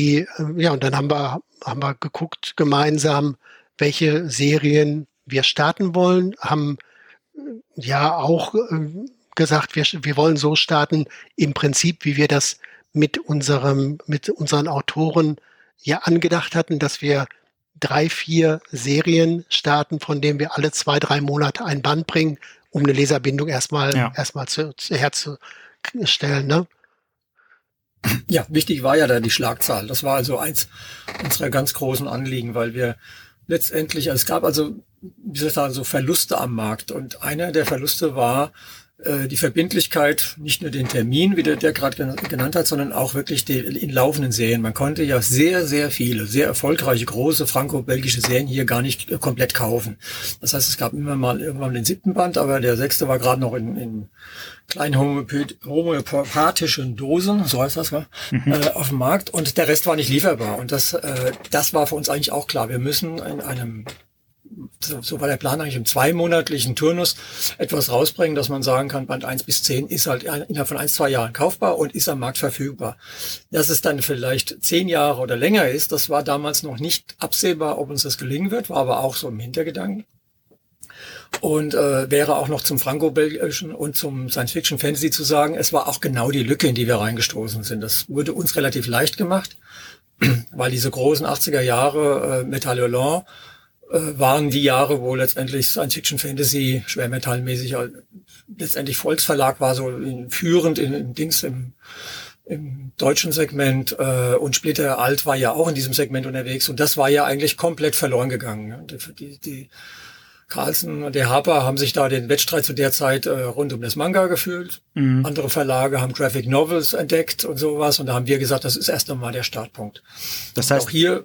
wir geguckt gemeinsam, welche Serien wir starten wollen, haben ja auch gesagt, wir wollen so starten, im Prinzip, wie wir das mit unseren Autoren ja angedacht hatten, dass wir 3-4 Serien starten, von denen wir alle 2-3 Monate ein Band bringen, um eine Leserbindung erstmal herzustellen, ne? Ja, wichtig war ja da die Schlagzahl. Das war also eins unserer ganz großen Anliegen, weil wir letztendlich, es gab also, wie soll ich sagen, so Verluste am Markt. Und einer der Verluste war die Verbindlichkeit, nicht nur den Termin, wie der gerade genannt hat, sondern auch wirklich in laufenden Serien. Man konnte ja sehr, sehr viele, sehr erfolgreiche, große franco-belgische Serien hier gar nicht komplett kaufen. Das heißt, es gab irgendwann den 7. Band, aber der 6. war gerade noch in kleinen homöopathischen Dosen, so heißt das, auf dem Markt, und der Rest war nicht lieferbar. Und das war für uns eigentlich auch klar. Wir müssen in einem, so war der Plan eigentlich, im 2-monatlichen Turnus etwas rausbringen, dass man sagen kann, Band 1 bis 10 ist halt innerhalb von 1-2 Jahren kaufbar und ist am Markt verfügbar. Dass es dann vielleicht 10 Jahre oder länger ist, das war damals noch nicht absehbar, ob uns das gelingen wird, war aber auch so im Hintergedanken. Und wäre auch noch zum Franco-Belgischen und zum Science-Fiction-Fantasy zu sagen, es war auch genau die Lücke, in die wir reingestoßen sind. Das wurde uns relativ leicht gemacht, weil diese großen 80er Jahre Metal-Hurlant waren die Jahre, wo letztendlich Science-Fiction-Fantasy schwermetallmäßig letztendlich Volksverlag war, so führend im deutschen Segment, und Splitter Alt war ja auch in diesem Segment unterwegs, und das war ja eigentlich komplett verloren gegangen. Die Carlsen und der Harper haben sich da den Wettstreit zu der Zeit rund um das Manga gefühlt. Andere Verlage haben Graphic Novels entdeckt und sowas, und da haben wir gesagt, das ist erst einmal der Startpunkt. Das heißt, auch hier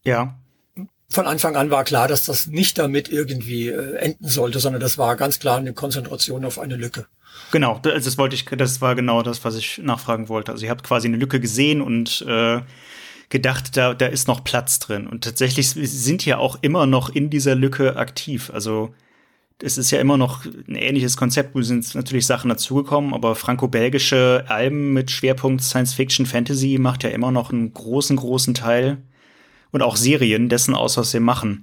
von Anfang an war klar, dass das nicht damit irgendwie enden sollte, sondern das war ganz klar eine Konzentration auf eine Lücke. Genau, das war genau das, was ich nachfragen wollte. Also ihr habt quasi eine Lücke gesehen und gedacht, da ist noch Platz drin. Und tatsächlich sind ja auch immer noch in dieser Lücke aktiv. Also es ist ja immer noch ein ähnliches Konzept, wo sind natürlich Sachen dazugekommen, aber franco-belgische Alben mit Schwerpunkt Science-Fiction, Fantasy macht ja immer noch einen großen Teil. Und auch Serien dessen aus, was wir machen.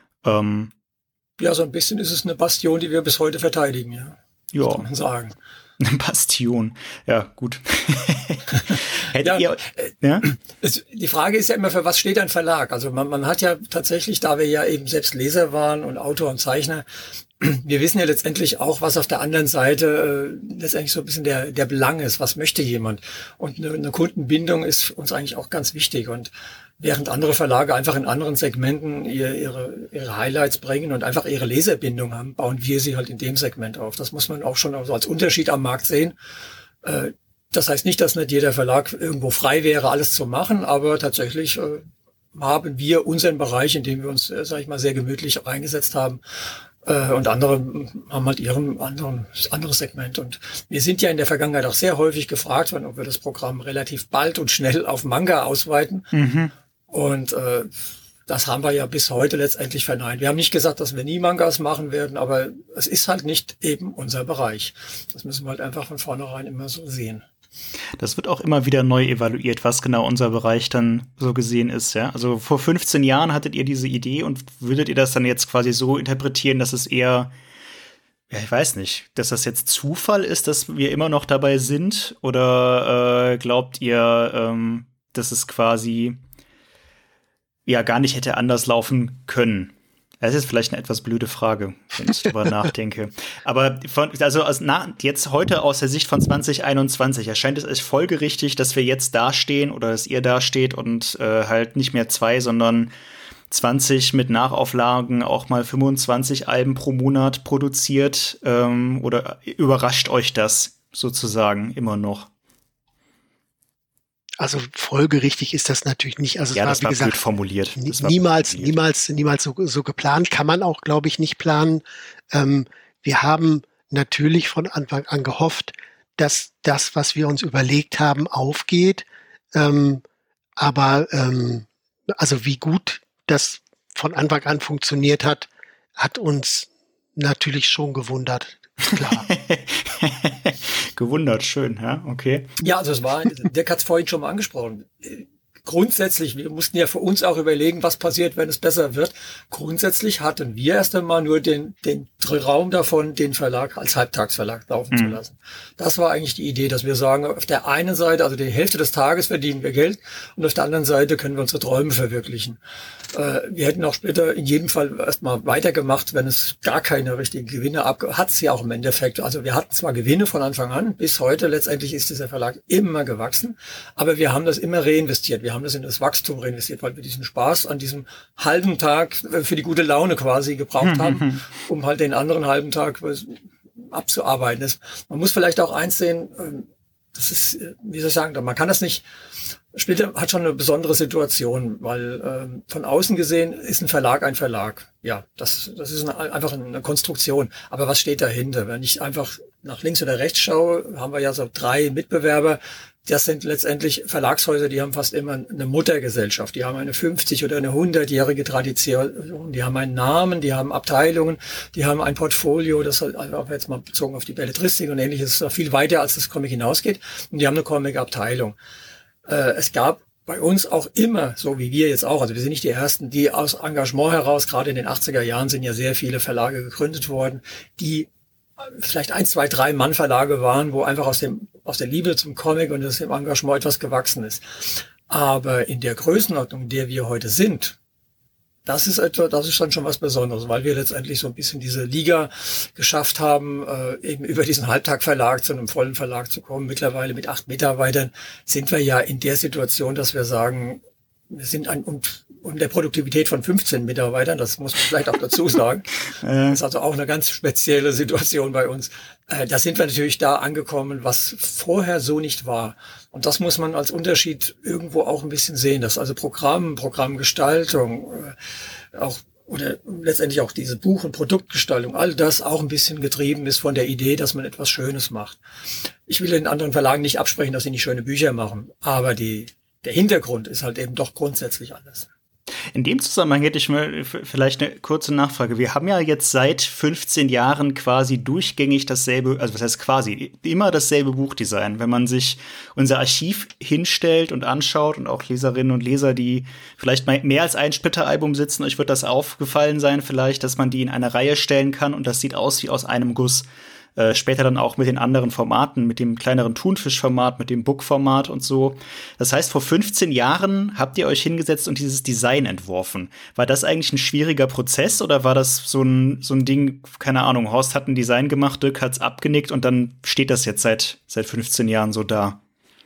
Ja, so ein bisschen ist es eine Bastion, die wir bis heute verteidigen, ja. Ja. Kann man sagen. Eine Bastion. Ja, gut. Hättet ihr, ja? Die Frage ist ja immer, für was steht ein Verlag? Also man hat ja tatsächlich, da wir ja eben selbst Leser waren und Autor und Zeichner, wir wissen ja letztendlich auch, was auf der anderen Seite letztendlich so ein bisschen der Belang ist. Was möchte jemand? Und eine Kundenbindung ist uns eigentlich auch ganz wichtig. Und während andere Verlage einfach in anderen Segmenten ihre Highlights bringen und einfach ihre Leserbindung haben, bauen wir sie halt in dem Segment auf. Das muss man auch schon also als Unterschied am Markt sehen. Das heißt nicht, dass nicht jeder Verlag irgendwo frei wäre, alles zu machen, aber tatsächlich haben wir unseren Bereich, in dem wir uns, sag ich mal, sehr gemütlich reingesetzt haben. Und andere haben halt anderes Segment. Und wir sind ja in der Vergangenheit auch sehr häufig gefragt worden, ob wir das Programm relativ bald und schnell auf Manga ausweiten. Mhm. Und das haben wir ja bis heute letztendlich verneint. Wir haben nicht gesagt, dass wir nie Mangas machen werden, aber es ist halt nicht eben unser Bereich. Das müssen wir halt einfach von vornherein immer so sehen. Das wird auch immer wieder neu evaluiert, was genau unser Bereich dann so gesehen ist, ja. Also vor 15 Jahren hattet ihr diese Idee und würdet ihr das dann jetzt quasi so interpretieren, dass es eher, ja, ich weiß nicht, dass das jetzt Zufall ist, dass wir immer noch dabei sind? Oder glaubt ihr, dass es quasi ja gar nicht hätte anders laufen können? Das ist vielleicht eine etwas blöde Frage, wenn ich drüber nachdenke. Aber jetzt heute aus der Sicht von 2021 erscheint es als folgerichtig, dass wir jetzt dastehen oder dass ihr dasteht und halt nicht mehr 2, sondern 20 mit Nachauflagen, auch mal 25 Alben pro Monat produziert. Oder überrascht euch das sozusagen immer noch? Also folgerichtig ist das natürlich nicht. Also ja, es das war, wie gesagt, blöd formuliert. Niemals so geplant. Kann man auch, glaube ich, nicht planen. Wir haben natürlich von Anfang an gehofft, dass das, was wir uns überlegt haben, aufgeht. Aber wie gut das von Anfang an funktioniert hat, hat uns natürlich schon gewundert. Klar. Gewundert, schön, ja, okay. Ja, also Dirk hat es vorhin schon mal angesprochen. Grundsätzlich, wir mussten ja für uns auch überlegen, was passiert, wenn es besser wird. Grundsätzlich hatten wir erst einmal nur den Raum davon, den Verlag als Halbtagsverlag laufen zu lassen. Das war eigentlich die Idee, dass wir sagen, auf der einen Seite, also die Hälfte des Tages verdienen wir Geld und auf der anderen Seite können wir unsere Träume verwirklichen. Wir hätten auch später in jedem Fall erstmal weitergemacht, wenn es gar keine richtigen Gewinne hat es ja auch im Endeffekt. Also wir hatten zwar Gewinne von Anfang an, bis heute letztendlich ist dieser Verlag immer gewachsen, aber wir haben das immer reinvestiert. Wir haben das in das Wachstum reinvestiert, weil wir diesen Spaß an diesem halben Tag für die gute Laune quasi gebraucht haben, um halt den anderen halben Tag abzuarbeiten. Man muss vielleicht auch eins sehen, das ist, wie soll ich sagen, man kann das nicht. Splitter hat schon eine besondere Situation, weil von außen gesehen ist ein Verlag ein Verlag. Ja, das ist einfach eine Konstruktion. Aber was steht dahinter? Wenn ich einfach nach links oder rechts schaue, haben wir ja so 3 Mitbewerber. Das sind letztendlich Verlagshäuser, die haben fast immer eine Muttergesellschaft. Die haben eine 50- oder eine 100-jährige Tradition. Die haben einen Namen, die haben Abteilungen, die haben ein Portfolio, das halt einfach jetzt mal bezogen auf die Belletristik und ähnliches ist noch viel weiter, als das Comic hinausgeht. Und die haben eine Comic-Abteilung. Es gab bei uns auch immer, so wie wir jetzt auch, also wir sind nicht die Ersten, die aus Engagement heraus, gerade in den 80er Jahren sind ja sehr viele Verlage gegründet worden, die vielleicht 1, 2, 3 Mann-Verlage waren, wo einfach aus der Liebe zum Comic und aus dem Engagement etwas gewachsen ist. Aber in der Größenordnung, in der wir heute sind, das ist dann schon was Besonderes, weil wir letztendlich so ein bisschen diese Liga geschafft haben, eben über diesen Halbtagverlag zu einem vollen Verlag zu kommen. Mittlerweile mit 8 Mitarbeitern sind wir ja in der Situation, dass wir sagen, wir sind und der Produktivität von 15 Mitarbeitern, das muss man vielleicht auch dazu sagen. Das ist also auch eine ganz spezielle Situation bei uns. Da sind wir natürlich da angekommen, was vorher so nicht war. Und das muss man als Unterschied irgendwo auch ein bisschen sehen, dass also Programmgestaltung, oder letztendlich auch diese Buch- und Produktgestaltung, all das auch ein bisschen getrieben ist von der Idee, dass man etwas Schönes macht. Ich will den anderen Verlagen nicht absprechen, dass sie nicht schöne Bücher machen, aber der Hintergrund ist halt eben doch grundsätzlich alles. In dem Zusammenhang hätte ich mal vielleicht eine kurze Nachfrage. Wir haben ja jetzt seit 15 Jahren quasi durchgängig dasselbe, also was heißt quasi, immer dasselbe Buchdesign. Wenn man sich unser Archiv hinstellt und anschaut und auch Leserinnen und Leser, die vielleicht mal mehr als ein Splitter-Album sitzen, euch wird das aufgefallen sein vielleicht, dass man die in eine Reihe stellen kann und das sieht aus wie aus einem Guss. später dann auch mit den anderen Formaten, mit dem kleineren Thunfisch-Format, mit dem Book-Format und so. Das heißt, vor 15 Jahren habt ihr euch hingesetzt und dieses Design entworfen. War das eigentlich ein schwieriger Prozess oder war das so ein Ding, keine Ahnung, Horst hat ein Design gemacht, Dirk hat's abgenickt und dann steht das jetzt seit 15 Jahren so da?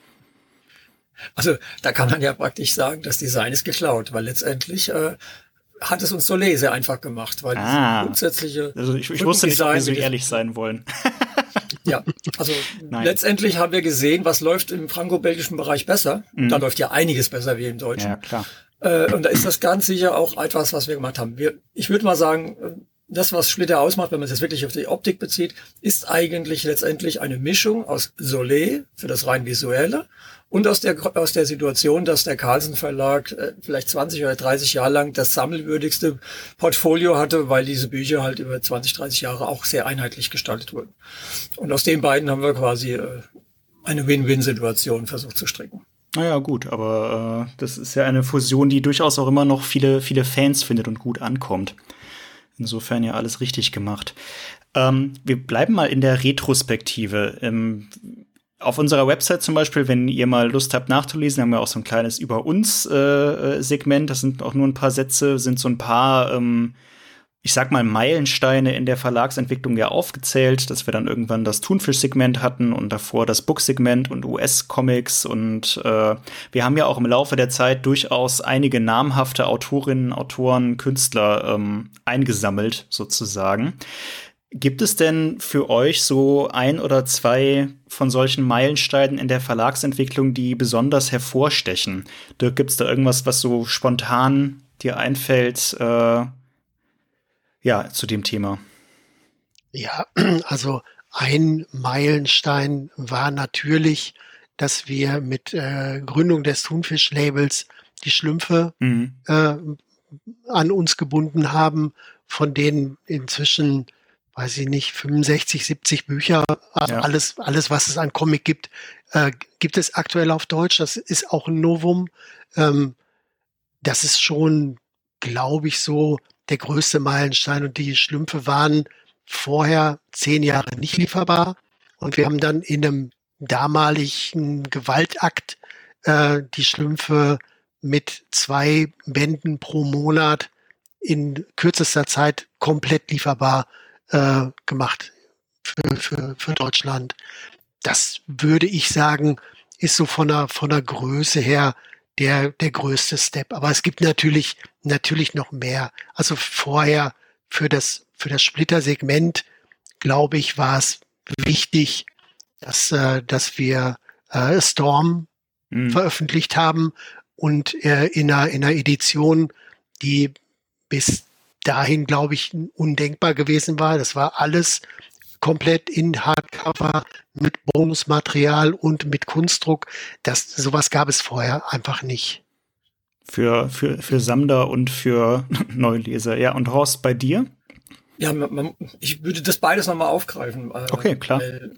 Also da kann man ja praktisch sagen, das Design ist geklaut, weil letztendlich hat es uns Soleil sehr einfach gemacht, weil diese grundsätzliche also ich wusste nicht, ob wir so ehrlich sein wollen. Ja, also letztendlich haben wir gesehen, was läuft im franco-belgischen Bereich besser. Da läuft ja einiges besser wie im Deutschen. Ja, klar. Und da ist das ganz sicher auch etwas, was wir gemacht haben. Ich würde mal sagen, das, was Splitter ausmacht, wenn man es jetzt wirklich auf die Optik bezieht, ist eigentlich letztendlich eine Mischung aus Soleil für das rein Visuelle und aus der Situation, dass der Carlsen Verlag vielleicht 20 oder 30 Jahre lang das sammelwürdigste Portfolio hatte, weil diese Bücher halt über 20, 30 Jahre auch sehr einheitlich gestaltet wurden. Und aus den beiden haben wir quasi eine Win-Win-Situation versucht zu stricken. Naja, gut, aber das ist ja eine Fusion, die durchaus auch immer noch viele Fans findet und gut ankommt. Insofern ja alles richtig gemacht. Wir bleiben mal in der Retrospektive. Auf unserer Website zum Beispiel, wenn ihr mal Lust habt nachzulesen, haben wir auch so ein kleines Über uns Segment. Das sind auch nur ein paar Sätze, sind so ein paar, ich sag mal, Meilensteine in der Verlagsentwicklung ja aufgezählt, dass wir dann irgendwann das Thunfisch-Segment hatten und davor das Book-Segment und US-Comics. Und wir haben ja auch im Laufe der Zeit durchaus einige namhafte Autorinnen, Autoren, Künstler eingesammelt, sozusagen. Gibt es denn für euch so ein oder zwei von solchen Meilensteinen in der Verlagsentwicklung, die besonders hervorstechen? Dirk, gibt's da irgendwas, was so spontan dir einfällt, zu dem Thema? Ja, also ein Meilenstein war natürlich, dass wir mit Gründung des Thunfisch-Labels die Schlümpfe an uns gebunden haben, von denen inzwischen, weiß ich nicht, 65, 70 Bücher, also alles, was es an Comic gibt, gibt es aktuell auf Deutsch. Das ist auch ein Novum. Das ist schon, glaube ich, so der größte Meilenstein. Und die Schlümpfe waren vorher 10 Jahre nicht lieferbar. Und wir haben dann in einem damaligen Gewaltakt die Schlümpfe mit 2 Bänden pro Monat in kürzester Zeit komplett lieferbar gemacht für Deutschland. Das würde ich sagen, ist so von der Größe her der größte Step. Aber es gibt natürlich noch mehr. Also vorher für das Splitter-Segment, glaube ich, war es wichtig, dass wir Storm veröffentlicht haben und in einer Edition, die bis dahin, glaube ich, undenkbar gewesen war. Das war alles komplett in Hardcover mit Bonusmaterial und mit Kunstdruck. Sowas gab es vorher einfach nicht. Für Sammler und für Neuleser. Ja, und Horst, bei dir? Ja, ich würde das beides nochmal aufgreifen. Okay, klar.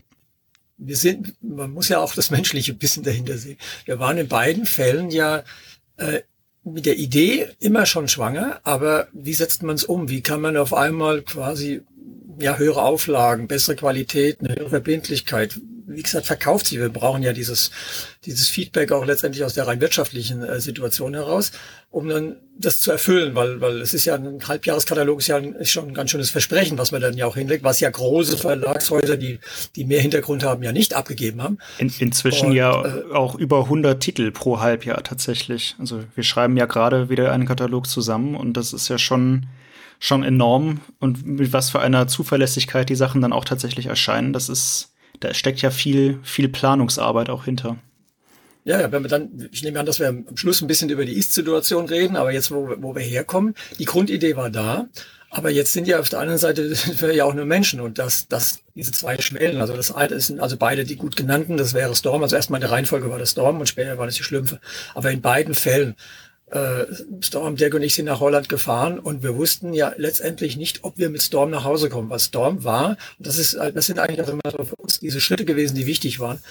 Man muss ja auch das Menschliche ein bisschen dahinter sehen. Wir waren in beiden Fällen ja mit der Idee immer schon schwanger, aber wie setzt man es um? Wie kann man auf einmal quasi höhere Auflagen, bessere Qualität, eine höhere Verbindlichkeit? Wie gesagt, verkauft sich. Wir brauchen ja dieses Feedback auch letztendlich aus der rein wirtschaftlichen Situation heraus, um dann das zu erfüllen, weil es ist ja ein Halbjahreskatalog ist schon ein ganz schönes Versprechen, was man dann ja auch hinlegt, was ja große Verlagshäuser, die mehr Hintergrund haben, ja nicht abgegeben haben. Inzwischen auch über 100 Titel pro Halbjahr tatsächlich. Also wir schreiben ja gerade wieder einen Katalog zusammen und das ist ja schon enorm und mit was für einer Zuverlässigkeit die Sachen dann auch tatsächlich erscheinen, da steckt ja viel Planungsarbeit auch hinter. Ja, wenn wir dann, ich nehme an, dass wir am Schluss ein bisschen über die Ist-Situation reden, aber jetzt, wo wir herkommen, die Grundidee war da, aber jetzt sind ja auf der anderen Seite ja auch nur Menschen und diese 2 Schwellen, also das eine sind also beide die gut genannten, das wäre Storm, also erstmal in der Reihenfolge war das Storm und später waren es die Schlümpfe, aber in beiden Fällen Storm, Dirk und ich sind nach Holland gefahren und wir wussten ja letztendlich nicht, ob wir mit Storm nach Hause kommen. Was Storm war, das sind eigentlich auch immer für uns diese Schritte gewesen, die wichtig waren.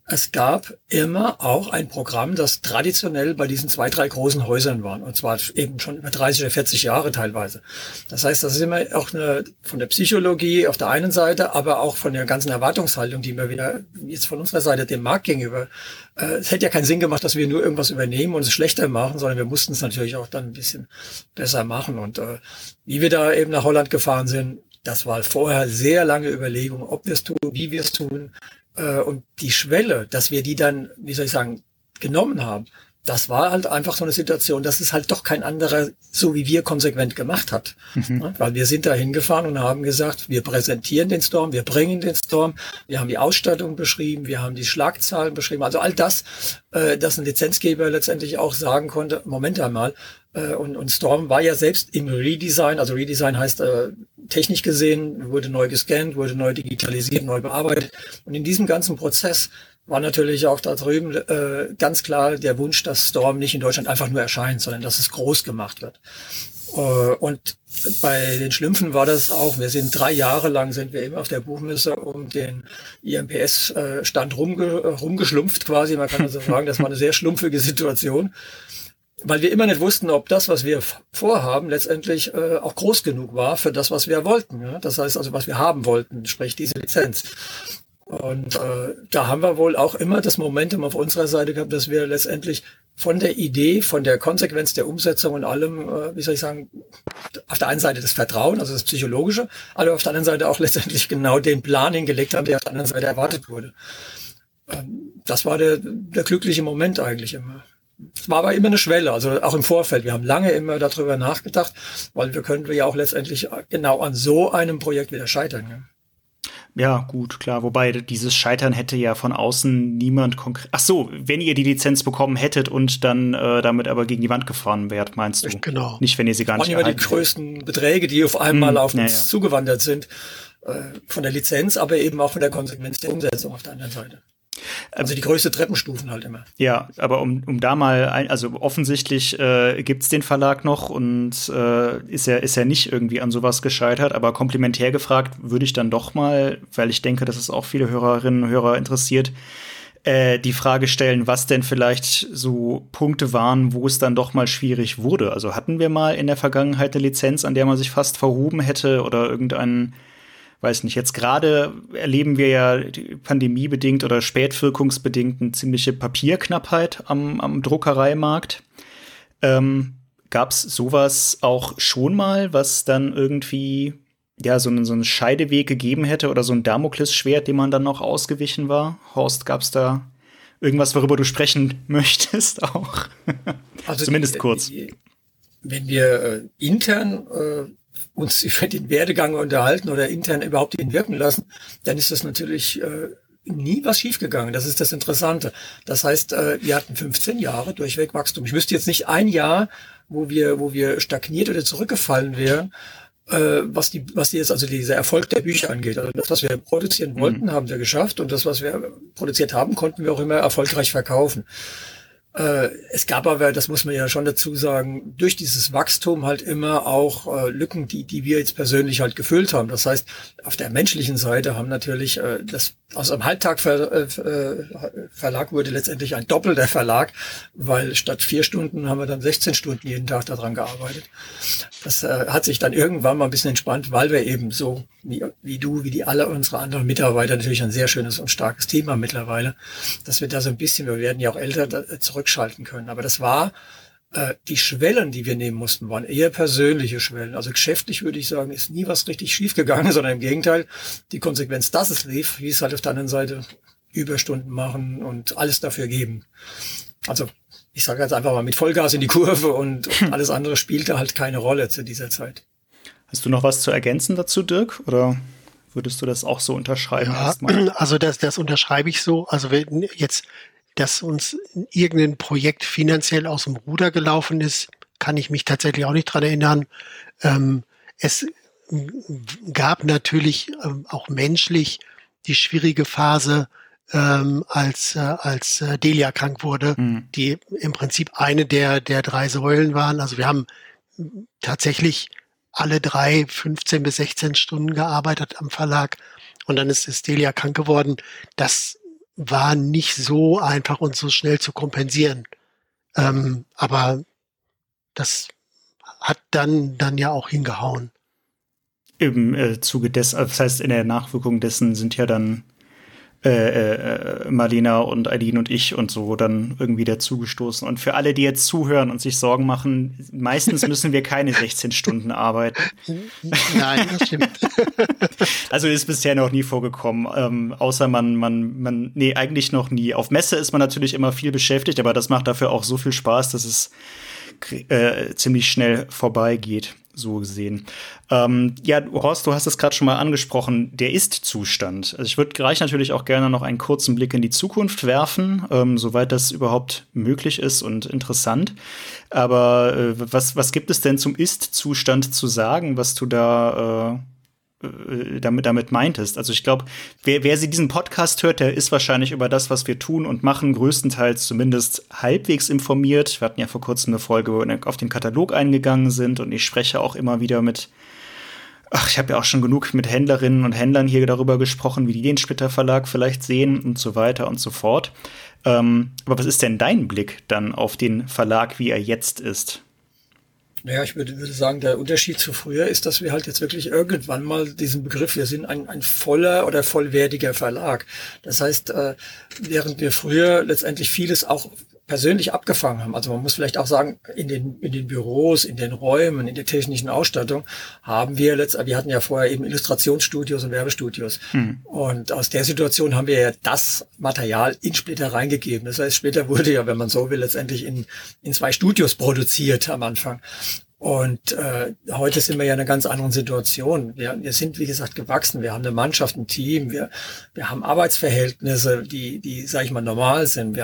es gab immer auch ein Programm, das traditionell bei diesen 2, 3 großen Häusern war. Und zwar eben schon über 30 oder 40 Jahre teilweise. Das heißt, das ist immer auch von der Psychologie auf der einen Seite, aber auch von der ganzen Erwartungshaltung, die wir wieder jetzt von unserer Seite dem Markt gegenüber. Es hätte ja keinen Sinn gemacht, dass wir nur irgendwas übernehmen und es schlechter machen, sondern wir mussten es natürlich auch dann ein bisschen besser machen. Und wie wir da eben nach Holland gefahren sind, das war vorher sehr lange Überlegung, ob wir es tun, wie wir es tun. Und die Schwelle, dass wir die dann, wie soll ich sagen, genommen haben, das war halt einfach so eine Situation, dass es halt doch kein anderer, so wie wir, konsequent gemacht hat. Mhm. Weil wir sind da hingefahren und haben gesagt, wir präsentieren den Storm, wir bringen den Storm, wir haben die Ausstattung beschrieben, wir haben die Schlagzahlen beschrieben, also all das, dass ein Lizenzgeber letztendlich auch sagen konnte, Moment einmal, und Storm war ja selbst im Redesign, also Redesign heißt technisch gesehen, wurde neu gescannt, wurde neu digitalisiert, neu bearbeitet. Und in diesem ganzen Prozess war natürlich auch da drüben ganz klar der Wunsch, dass Storm nicht in Deutschland einfach nur erscheint, sondern dass es groß gemacht wird. Und bei den Schlümpfen war das auch, wir sind 3 Jahre lang sind wir immer auf der Buchmesse um den IMPS-Stand rumgeschlumpft quasi, man kann also sagen, das war eine sehr schlumpfige Situation. Weil wir immer nicht wussten, ob das, was wir vorhaben, letztendlich auch groß genug war für das, was wir wollten. Ja? Das heißt also, was wir haben wollten, sprich diese Lizenz. Und da haben wir wohl auch immer das Momentum auf unserer Seite gehabt, dass wir letztendlich von der Idee, von der Konsequenz der Umsetzung und allem, wie soll ich sagen, auf der einen Seite das Vertrauen, also das Psychologische, aber auf der anderen Seite auch letztendlich genau den Plan hingelegt haben, der auf der anderen Seite erwartet wurde. Das war der glückliche Moment eigentlich immer. Es war aber immer eine Schwelle, also auch im Vorfeld. Wir haben lange immer darüber nachgedacht, weil wir könnten ja auch letztendlich genau an so einem Projekt wieder scheitern. Ja? Ja, gut, klar. Wobei dieses Scheitern hätte ja von außen niemand konkret. Ach so, wenn ihr die Lizenz bekommen hättet und dann damit aber gegen die Wand gefahren wärt, meinst du? Genau. Nicht, wenn ihr sie gar nicht erhalten. Die größten Beträge, die auf einmal auf uns zugewandert sind, von der Lizenz, aber eben auch von der Konsequenz der Umsetzung auf der anderen Seite. Also die größte Treppenstufen halt immer. Ja, aber um da mal, also offensichtlich gibt's den Verlag noch und ist ja nicht irgendwie an sowas gescheitert, aber komplementär gefragt würde ich dann doch mal, weil ich denke, dass es auch viele Hörerinnen und Hörer interessiert, die Frage stellen, was denn vielleicht so Punkte waren, wo es dann doch mal schwierig wurde. Also hatten wir mal in der Vergangenheit eine Lizenz, an der man sich fast verhoben hätte oder irgendeinen, weiß nicht, jetzt gerade erleben wir ja pandemiebedingt oder spätwirkungsbedingt eine ziemliche Papierknappheit am Druckereimarkt. Gab's sowas auch schon mal, was dann irgendwie ja so einen Scheideweg gegeben hätte oder so ein Damoklesschwert, dem man dann noch ausgewichen war? Horst, gab's da irgendwas, worüber du sprechen möchtest auch? Also zumindest kurz. Wenn wir intern uns über den Werdegang unterhalten oder intern überhaupt ihn wirken lassen, dann ist das natürlich nie was schiefgegangen. Das ist das Interessante. Das heißt, wir hatten 15 Jahre durchweg Wachstum. Ich wüsste jetzt nicht ein Jahr, wo wir stagniert oder zurückgefallen wären, was jetzt also dieser Erfolg der Bücher angeht. Also das, was wir produzieren wollten, haben wir geschafft und das, was wir produziert haben, konnten wir auch immer erfolgreich verkaufen. Es gab aber, das muss man ja schon dazu sagen, durch dieses Wachstum halt immer auch Lücken, die wir jetzt persönlich halt gefüllt haben. Das heißt, auf der menschlichen Seite haben natürlich das aus einem Halbtag-Verlag wurde letztendlich ein doppelter Verlag, weil statt 4 Stunden haben wir dann 16 Stunden jeden Tag daran gearbeitet. Das hat sich dann irgendwann mal ein bisschen entspannt, weil wir eben so wie du, wie alle unsere anderen Mitarbeiter natürlich ein sehr schönes und starkes Team haben mittlerweile, dass wir da so ein bisschen, wir werden ja auch älter, zurückschalten können. Aber das war die Schwellen, die wir nehmen mussten, waren eher persönliche Schwellen. Also geschäftlich würde ich sagen, ist nie was richtig schief gegangen, sondern im Gegenteil, die Konsequenz, dass es lief, hieß halt auf der anderen Seite Überstunden machen und alles dafür geben. Also ich sage jetzt einfach mal mit Vollgas in die Kurve und alles andere spielte halt keine Rolle zu dieser Zeit. Hast du noch was zu ergänzen dazu, Dirk? Oder würdest du das auch so unterschreiben? Ja, also das unterschreibe ich so. Also wenn jetzt dass uns irgendein Projekt finanziell aus dem Ruder gelaufen ist, kann ich mich tatsächlich auch nicht dran erinnern. Es gab natürlich auch menschlich die schwierige Phase, als Delia krank wurde, die im Prinzip eine der 3 Säulen waren. Also wir haben tatsächlich alle 3 15 bis 16 Stunden gearbeitet am Verlag und dann ist Delia krank geworden. Das war nicht so einfach und so schnell zu kompensieren. Aber das hat dann ja auch hingehauen. Im Zuge des, das heißt, in der Nachwirkung dessen sind ja dann Marlena und Eileen und ich und so dann irgendwie dazugestoßen. Und für alle, die jetzt zuhören und sich Sorgen machen, meistens müssen wir keine 16 Stunden arbeiten. Nein, das stimmt. Also ist bisher noch nie vorgekommen, außer nee, eigentlich noch nie. Auf Messe ist man natürlich immer viel beschäftigt, aber das macht dafür auch so viel Spaß, dass es ziemlich schnell vorbeigeht, so gesehen. Ja, Horst, du hast es gerade schon mal angesprochen, der Ist-Zustand. Also ich würde gleich natürlich auch gerne noch einen kurzen Blick in die Zukunft werfen, soweit das überhaupt möglich ist und interessant. Aber was gibt es denn zum Ist-Zustand zu sagen, was du da damit meintest? Also ich glaube, wer sie diesen Podcast hört, der ist wahrscheinlich über das, was wir tun und machen, größtenteils zumindest halbwegs informiert. Wir hatten ja vor kurzem eine Folge, wo wir auf den Katalog eingegangen sind und ich spreche auch immer wieder ich habe ja auch schon genug mit Händlerinnen und Händlern hier darüber gesprochen, wie die den Splitter Verlag vielleicht sehen und so weiter und so fort. Aber was ist denn dein Blick dann auf den Verlag, wie er jetzt ist? Naja, ich würde sagen, der Unterschied zu früher ist, dass wir halt jetzt wirklich irgendwann mal diesen Begriff, wir sind ein voller oder vollwertiger Verlag. Das heißt, während wir früher letztendlich vieles auch persönlich abgefangen haben, also man muss vielleicht auch sagen, in den Büros, in den Räumen, in der technischen Ausstattung wir hatten ja vorher eben Illustrationsstudios und Werbestudios. Und aus der Situation haben wir ja das Material in Splitter reingegeben. Das heißt, Splitter wurde ja, wenn man so will, letztendlich in 2 Studios produziert am Anfang. Und heute sind wir ja in einer ganz anderen Situation. Wir sind, wie gesagt, gewachsen. Wir haben eine Mannschaft, ein Team. Wir haben Arbeitsverhältnisse, die sage ich mal, normal sind.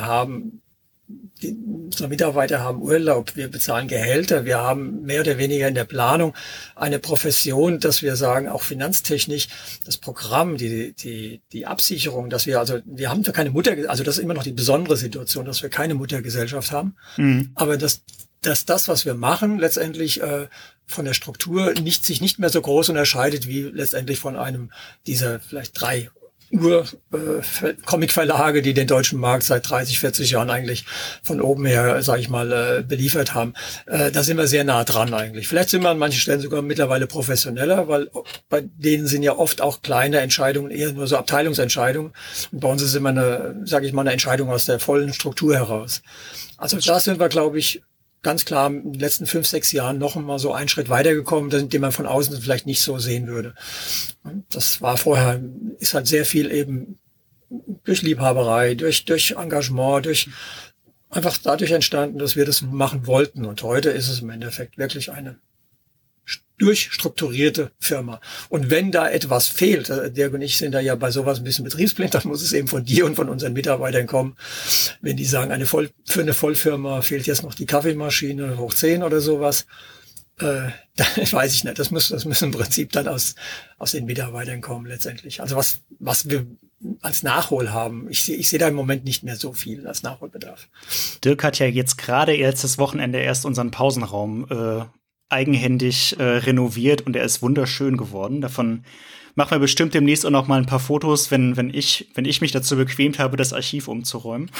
Unsere Mitarbeiter haben Urlaub, wir bezahlen Gehälter, wir haben mehr oder weniger in der Planung eine Profession, dass wir sagen, auch finanztechnisch, das Programm, die Absicherung, wir haben zwar keine also das ist immer noch die besondere Situation, dass wir keine Muttergesellschaft haben, aber dass das, was wir machen, letztendlich von der Struktur sich nicht mehr so groß unterscheidet wie letztendlich von einem dieser vielleicht 3 Comic-Verlage, die den deutschen Markt seit 30, 40 Jahren eigentlich von oben her, sage ich mal, beliefert haben. Da sind wir sehr nah dran eigentlich. Vielleicht sind wir an manchen Stellen sogar mittlerweile professioneller, weil bei denen sind ja oft auch kleine Entscheidungen, eher nur so Abteilungsentscheidungen. Und bei uns ist immer eine Entscheidung aus der vollen Struktur heraus. Also da sind wir, glaube ich, ganz klar in den letzten 5, 6 Jahren noch mal so einen Schritt weitergekommen, den man von außen vielleicht nicht so sehen würde. Und das war vorher, ist halt sehr viel eben durch Liebhaberei, durch Engagement, einfach dadurch entstanden, dass wir das machen wollten. Und heute ist es im Endeffekt wirklich eine durchstrukturierte Firma. Und wenn da etwas fehlt, Dirk und ich sind da ja bei sowas ein bisschen betriebsblind, dann muss es eben von dir und von unseren Mitarbeitern kommen. Wenn die sagen, für eine Vollfirma fehlt jetzt noch die Kaffeemaschine hoch 10 oder sowas, dann weiß ich nicht. Das muss im Prinzip dann aus den Mitarbeitern kommen letztendlich. Also was wir als Nachhol haben. Ich sehe da im Moment nicht mehr so viel als Nachholbedarf. Dirk hat ja jetzt gerade letztes Wochenende erst unseren Pausenraum eigenhändig renoviert und er ist wunderschön geworden. Davon machen wir bestimmt demnächst auch noch mal ein paar Fotos, wenn ich mich dazu bequemt habe, das Archiv umzuräumen.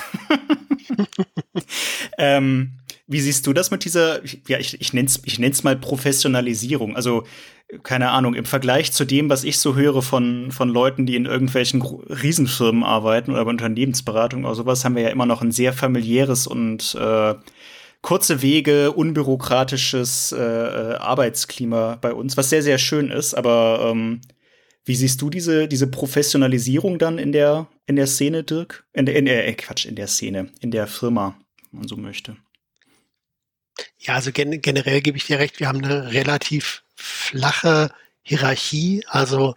Wie siehst du das mit dieser, ja, ich nenn's mal Professionalisierung? Also, keine Ahnung, im Vergleich zu dem, was ich so höre von Leuten, die in irgendwelchen Riesenfirmen arbeiten oder bei Unternehmensberatung oder sowas, haben wir ja immer noch ein sehr familiäres und kurze Wege, unbürokratisches Arbeitsklima bei uns, was sehr, sehr schön ist. Aber wie siehst du diese Professionalisierung dann in der Szene, Dirk? In der Szene, in der Firma, wenn man so möchte. Ja, also generell gebe ich dir recht, wir haben eine relativ flache Hierarchie. Also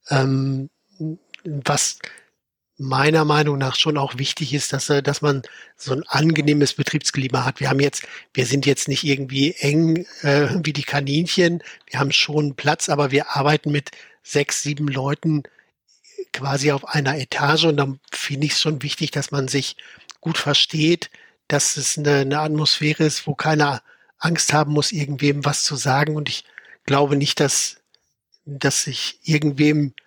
was meiner Meinung nach schon auch wichtig ist, dass man so ein angenehmes Betriebsklima hat. Wir sind jetzt nicht irgendwie eng wie die Kaninchen. Wir haben schon Platz, aber wir arbeiten mit 6, 7 Leuten quasi auf einer Etage und dann finde ich es schon wichtig, dass man sich gut versteht, dass es eine Atmosphäre ist, wo keiner Angst haben muss, irgendwem was zu sagen. Und ich glaube nicht, dass ich irgendwem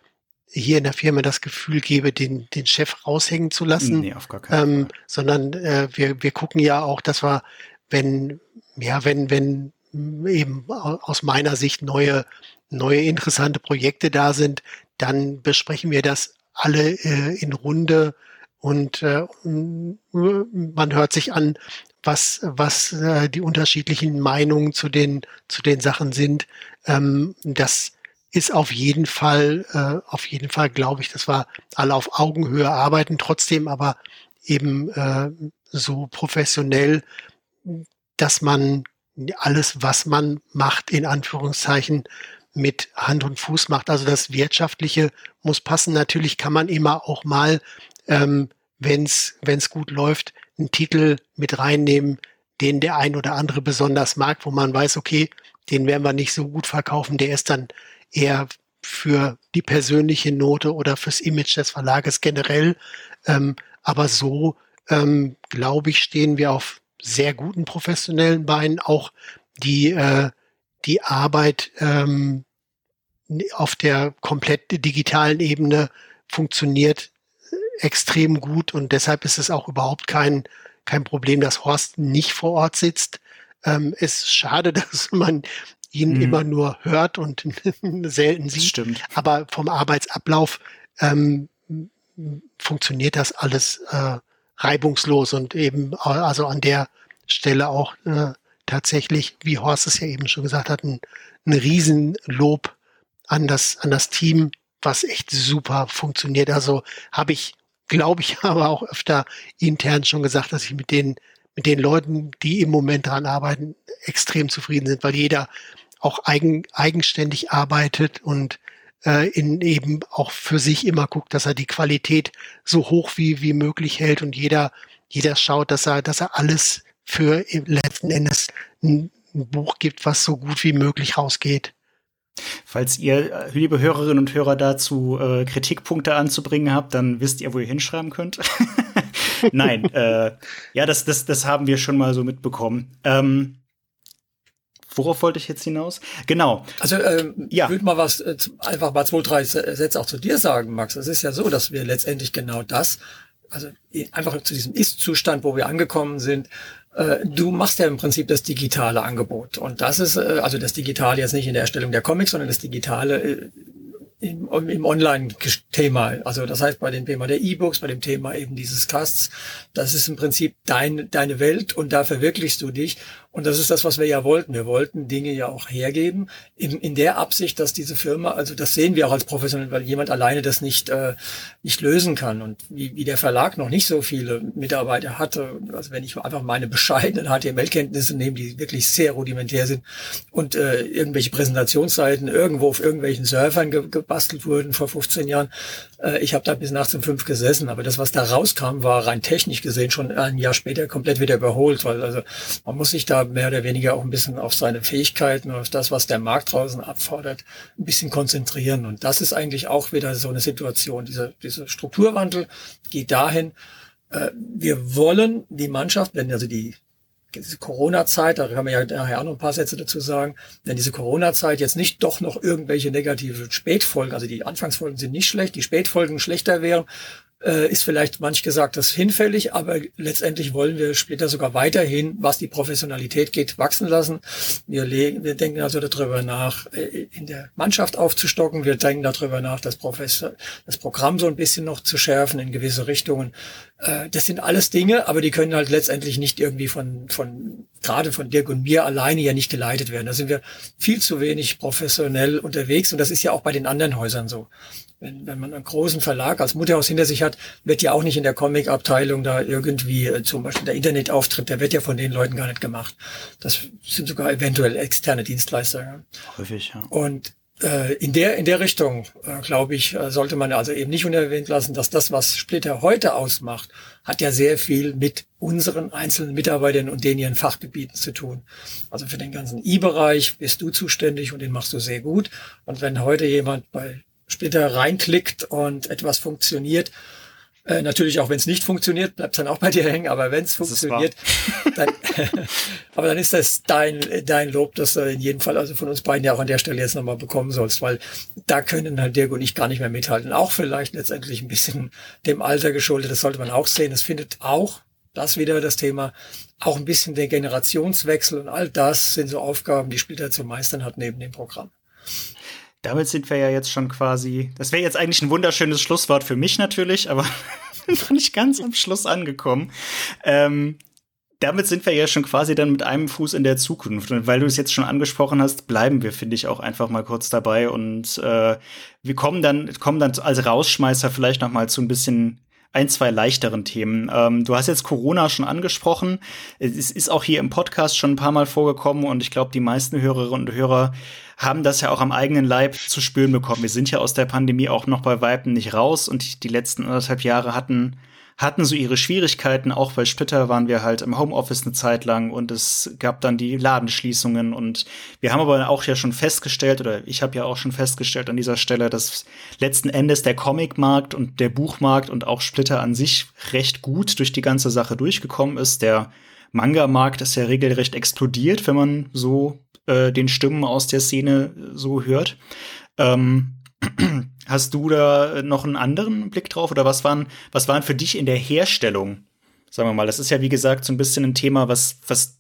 hier in der Firma das Gefühl gebe, den Chef raushängen zu lassen. Nee, auf gar keinen Fall. Sondern wir gucken ja auch, dass wir, wenn eben aus meiner Sicht neue interessante Projekte da sind, dann besprechen wir das alle in Runde und man hört sich an, was die unterschiedlichen Meinungen zu den Sachen sind. Das ist auf jeden Fall, glaube ich, dass wir alle auf Augenhöhe arbeiten, trotzdem aber eben so professionell, dass man alles, was man macht, in Anführungszeichen, mit Hand und Fuß macht. Also das Wirtschaftliche muss passen. Natürlich kann man immer auch mal, wenn's gut läuft, einen Titel mit reinnehmen, den der ein oder andere besonders mag, wo man weiß, okay, den werden wir nicht so gut verkaufen. Der ist dann eher für die persönliche Note oder fürs Image des Verlages generell. Aber so, glaube ich, stehen wir auf sehr guten professionellen Beinen. Auch die Arbeit auf der komplett digitalen Ebene funktioniert extrem gut und deshalb ist es auch überhaupt kein Problem, dass Horst nicht vor Ort sitzt. Es ist schade, dass man ihn immer nur hört und selten sieht. Stimmt. Aber vom Arbeitsablauf funktioniert das alles reibungslos und eben also an der Stelle auch tatsächlich, wie Horst es ja eben schon gesagt hat, ein Riesenlob an das Team, was echt super funktioniert. Also habe ich, glaube ich, aber auch öfter intern schon gesagt, dass ich mit den Leuten, die im Moment dran arbeiten, extrem zufrieden sind, weil jeder auch eigenständig arbeitet und in eben auch für sich immer guckt, dass er die Qualität so hoch wie möglich hält und jeder schaut, dass er alles für letzten Endes ein Buch gibt, was so gut wie möglich rausgeht. Falls ihr, liebe Hörerinnen und Hörer, dazu Kritikpunkte anzubringen habt, dann wisst ihr, wo ihr hinschreiben könnt. Nein, ja, das haben wir schon mal so mitbekommen. Worauf wollte ich jetzt hinaus? Genau. Also ich würde mal einfach mal 2, 3 Sätze auch zu dir sagen, Max. Es ist ja so, dass wir letztendlich genau das, also einfach zu diesem Ist-Zustand, wo wir angekommen sind, du machst ja im Prinzip das digitale Angebot. Und das ist, also das Digitale jetzt nicht in der Erstellung der Comics, sondern das Digitale im Online-Thema. Also das heißt bei dem Thema der E-Books, bei dem Thema eben dieses Casts, das ist im Prinzip deine Welt und da verwirklichst du dich. Und das ist das, was wir ja wollten. Wir wollten Dinge ja auch hergeben, in der Absicht, dass diese Firma, also das sehen wir auch als professionell, weil jemand alleine das nicht lösen kann. Und wie der Verlag noch nicht so viele Mitarbeiter hatte, also wenn ich einfach meine bescheidenen HTML-Kenntnisse nehme, die wirklich sehr rudimentär sind und irgendwelche Präsentationsseiten irgendwo auf irgendwelchen Servern gebastelt wurden vor 15 Jahren, ich habe da bis nachts um 5 gesessen, aber das, was da rauskam, war rein technisch gesehen schon ein Jahr später komplett wieder überholt, weil also man muss sich da mehr oder weniger auch ein bisschen auf seine Fähigkeiten, auf das, was der Markt draußen abfordert, ein bisschen konzentrieren. Und das ist eigentlich auch wieder so eine Situation. Dieser Strukturwandel geht dahin, wir wollen die Mannschaft, wenn also diese Corona-Zeit, da kann man ja nachher auch noch ein paar Sätze dazu sagen, wenn diese Corona-Zeit jetzt nicht doch noch irgendwelche negative Spätfolgen, also die Anfangsfolgen sind nicht schlecht, die Spätfolgen schlechter wären, ist vielleicht manch gesagt das hinfällig, aber letztendlich wollen wir Splitter sogar weiterhin, was die Professionalität geht, wachsen lassen. Wir denken also darüber nach, in der Mannschaft aufzustocken. Wir denken darüber nach, das Programm so ein bisschen noch zu schärfen in gewisse Richtungen. Das sind alles Dinge, aber die können halt letztendlich nicht irgendwie gerade von Dirk und mir alleine ja nicht geleitet werden. Da sind wir viel zu wenig professionell unterwegs und das ist ja auch bei den anderen Häusern so. Wenn man einen großen Verlag als Mutterhaus hinter sich hat, wird ja auch nicht in der Comic-Abteilung da irgendwie zum Beispiel der Internetauftritt, der wird ja von den Leuten gar nicht gemacht. Das sind sogar eventuell externe Dienstleister. Ja. Häufig, ja. Und in der Richtung, glaube ich, sollte man also eben nicht unerwähnt lassen, dass das, was Splitter heute ausmacht, hat ja sehr viel mit unseren einzelnen Mitarbeitern und denen ihren Fachgebieten zu tun. Also für den ganzen E-Bereich bist du zuständig und den machst du sehr gut. Und wenn heute jemand bei Splitter reinklickt und etwas funktioniert, Natürlich auch, wenn es nicht funktioniert, bleibt es dann auch bei dir hängen, aber wenn es funktioniert, dann, aber dann ist das dein Lob, das du in jedem Fall also von uns beiden ja auch an der Stelle jetzt nochmal bekommen sollst, weil da können halt Dirk und ich gar nicht mehr mithalten. Auch vielleicht letztendlich ein bisschen dem Alter geschuldet, das sollte man auch sehen. Es findet auch, das wieder das Thema, auch ein bisschen der Generationswechsel und all das sind so Aufgaben, die Splitter zu meistern hat neben dem Programm. Damit sind wir ja jetzt schon quasi, das wäre jetzt eigentlich ein wunderschönes Schlusswort für mich natürlich, aber noch nicht ganz am Schluss angekommen. Damit sind wir ja schon quasi dann mit einem Fuß in der Zukunft. Und weil du es jetzt schon angesprochen hast, bleiben wir, finde ich, auch einfach mal kurz dabei. Und wir kommen dann als Rausschmeißer vielleicht noch mal zu ein bisschen ein, zwei leichteren Themen. Du hast jetzt Corona schon angesprochen. Es ist auch hier im Podcast schon ein paar Mal vorgekommen und ich glaube, die meisten Hörerinnen und Hörer haben das ja auch am eigenen Leib zu spüren bekommen. Wir sind ja aus der Pandemie auch noch bei Weitem nicht raus und die letzten 1,5 Jahre hatten so ihre Schwierigkeiten. Auch bei Splitter waren wir halt im Homeoffice eine Zeit lang und es gab dann die Ladenschließungen und wir haben aber auch ja schon festgestellt, oder ich habe ja auch schon festgestellt an dieser Stelle, dass letzten Endes der Comicmarkt und der Buchmarkt und auch Splitter an sich recht gut durch die ganze Sache durchgekommen ist. Der Manga-Markt ist ja regelrecht explodiert, wenn man so den Stimmen aus der Szene so hört. Hast du da noch einen anderen Blick drauf? Oder was waren für dich in der Herstellung? Sagen wir mal, das ist ja wie gesagt so ein bisschen ein Thema, was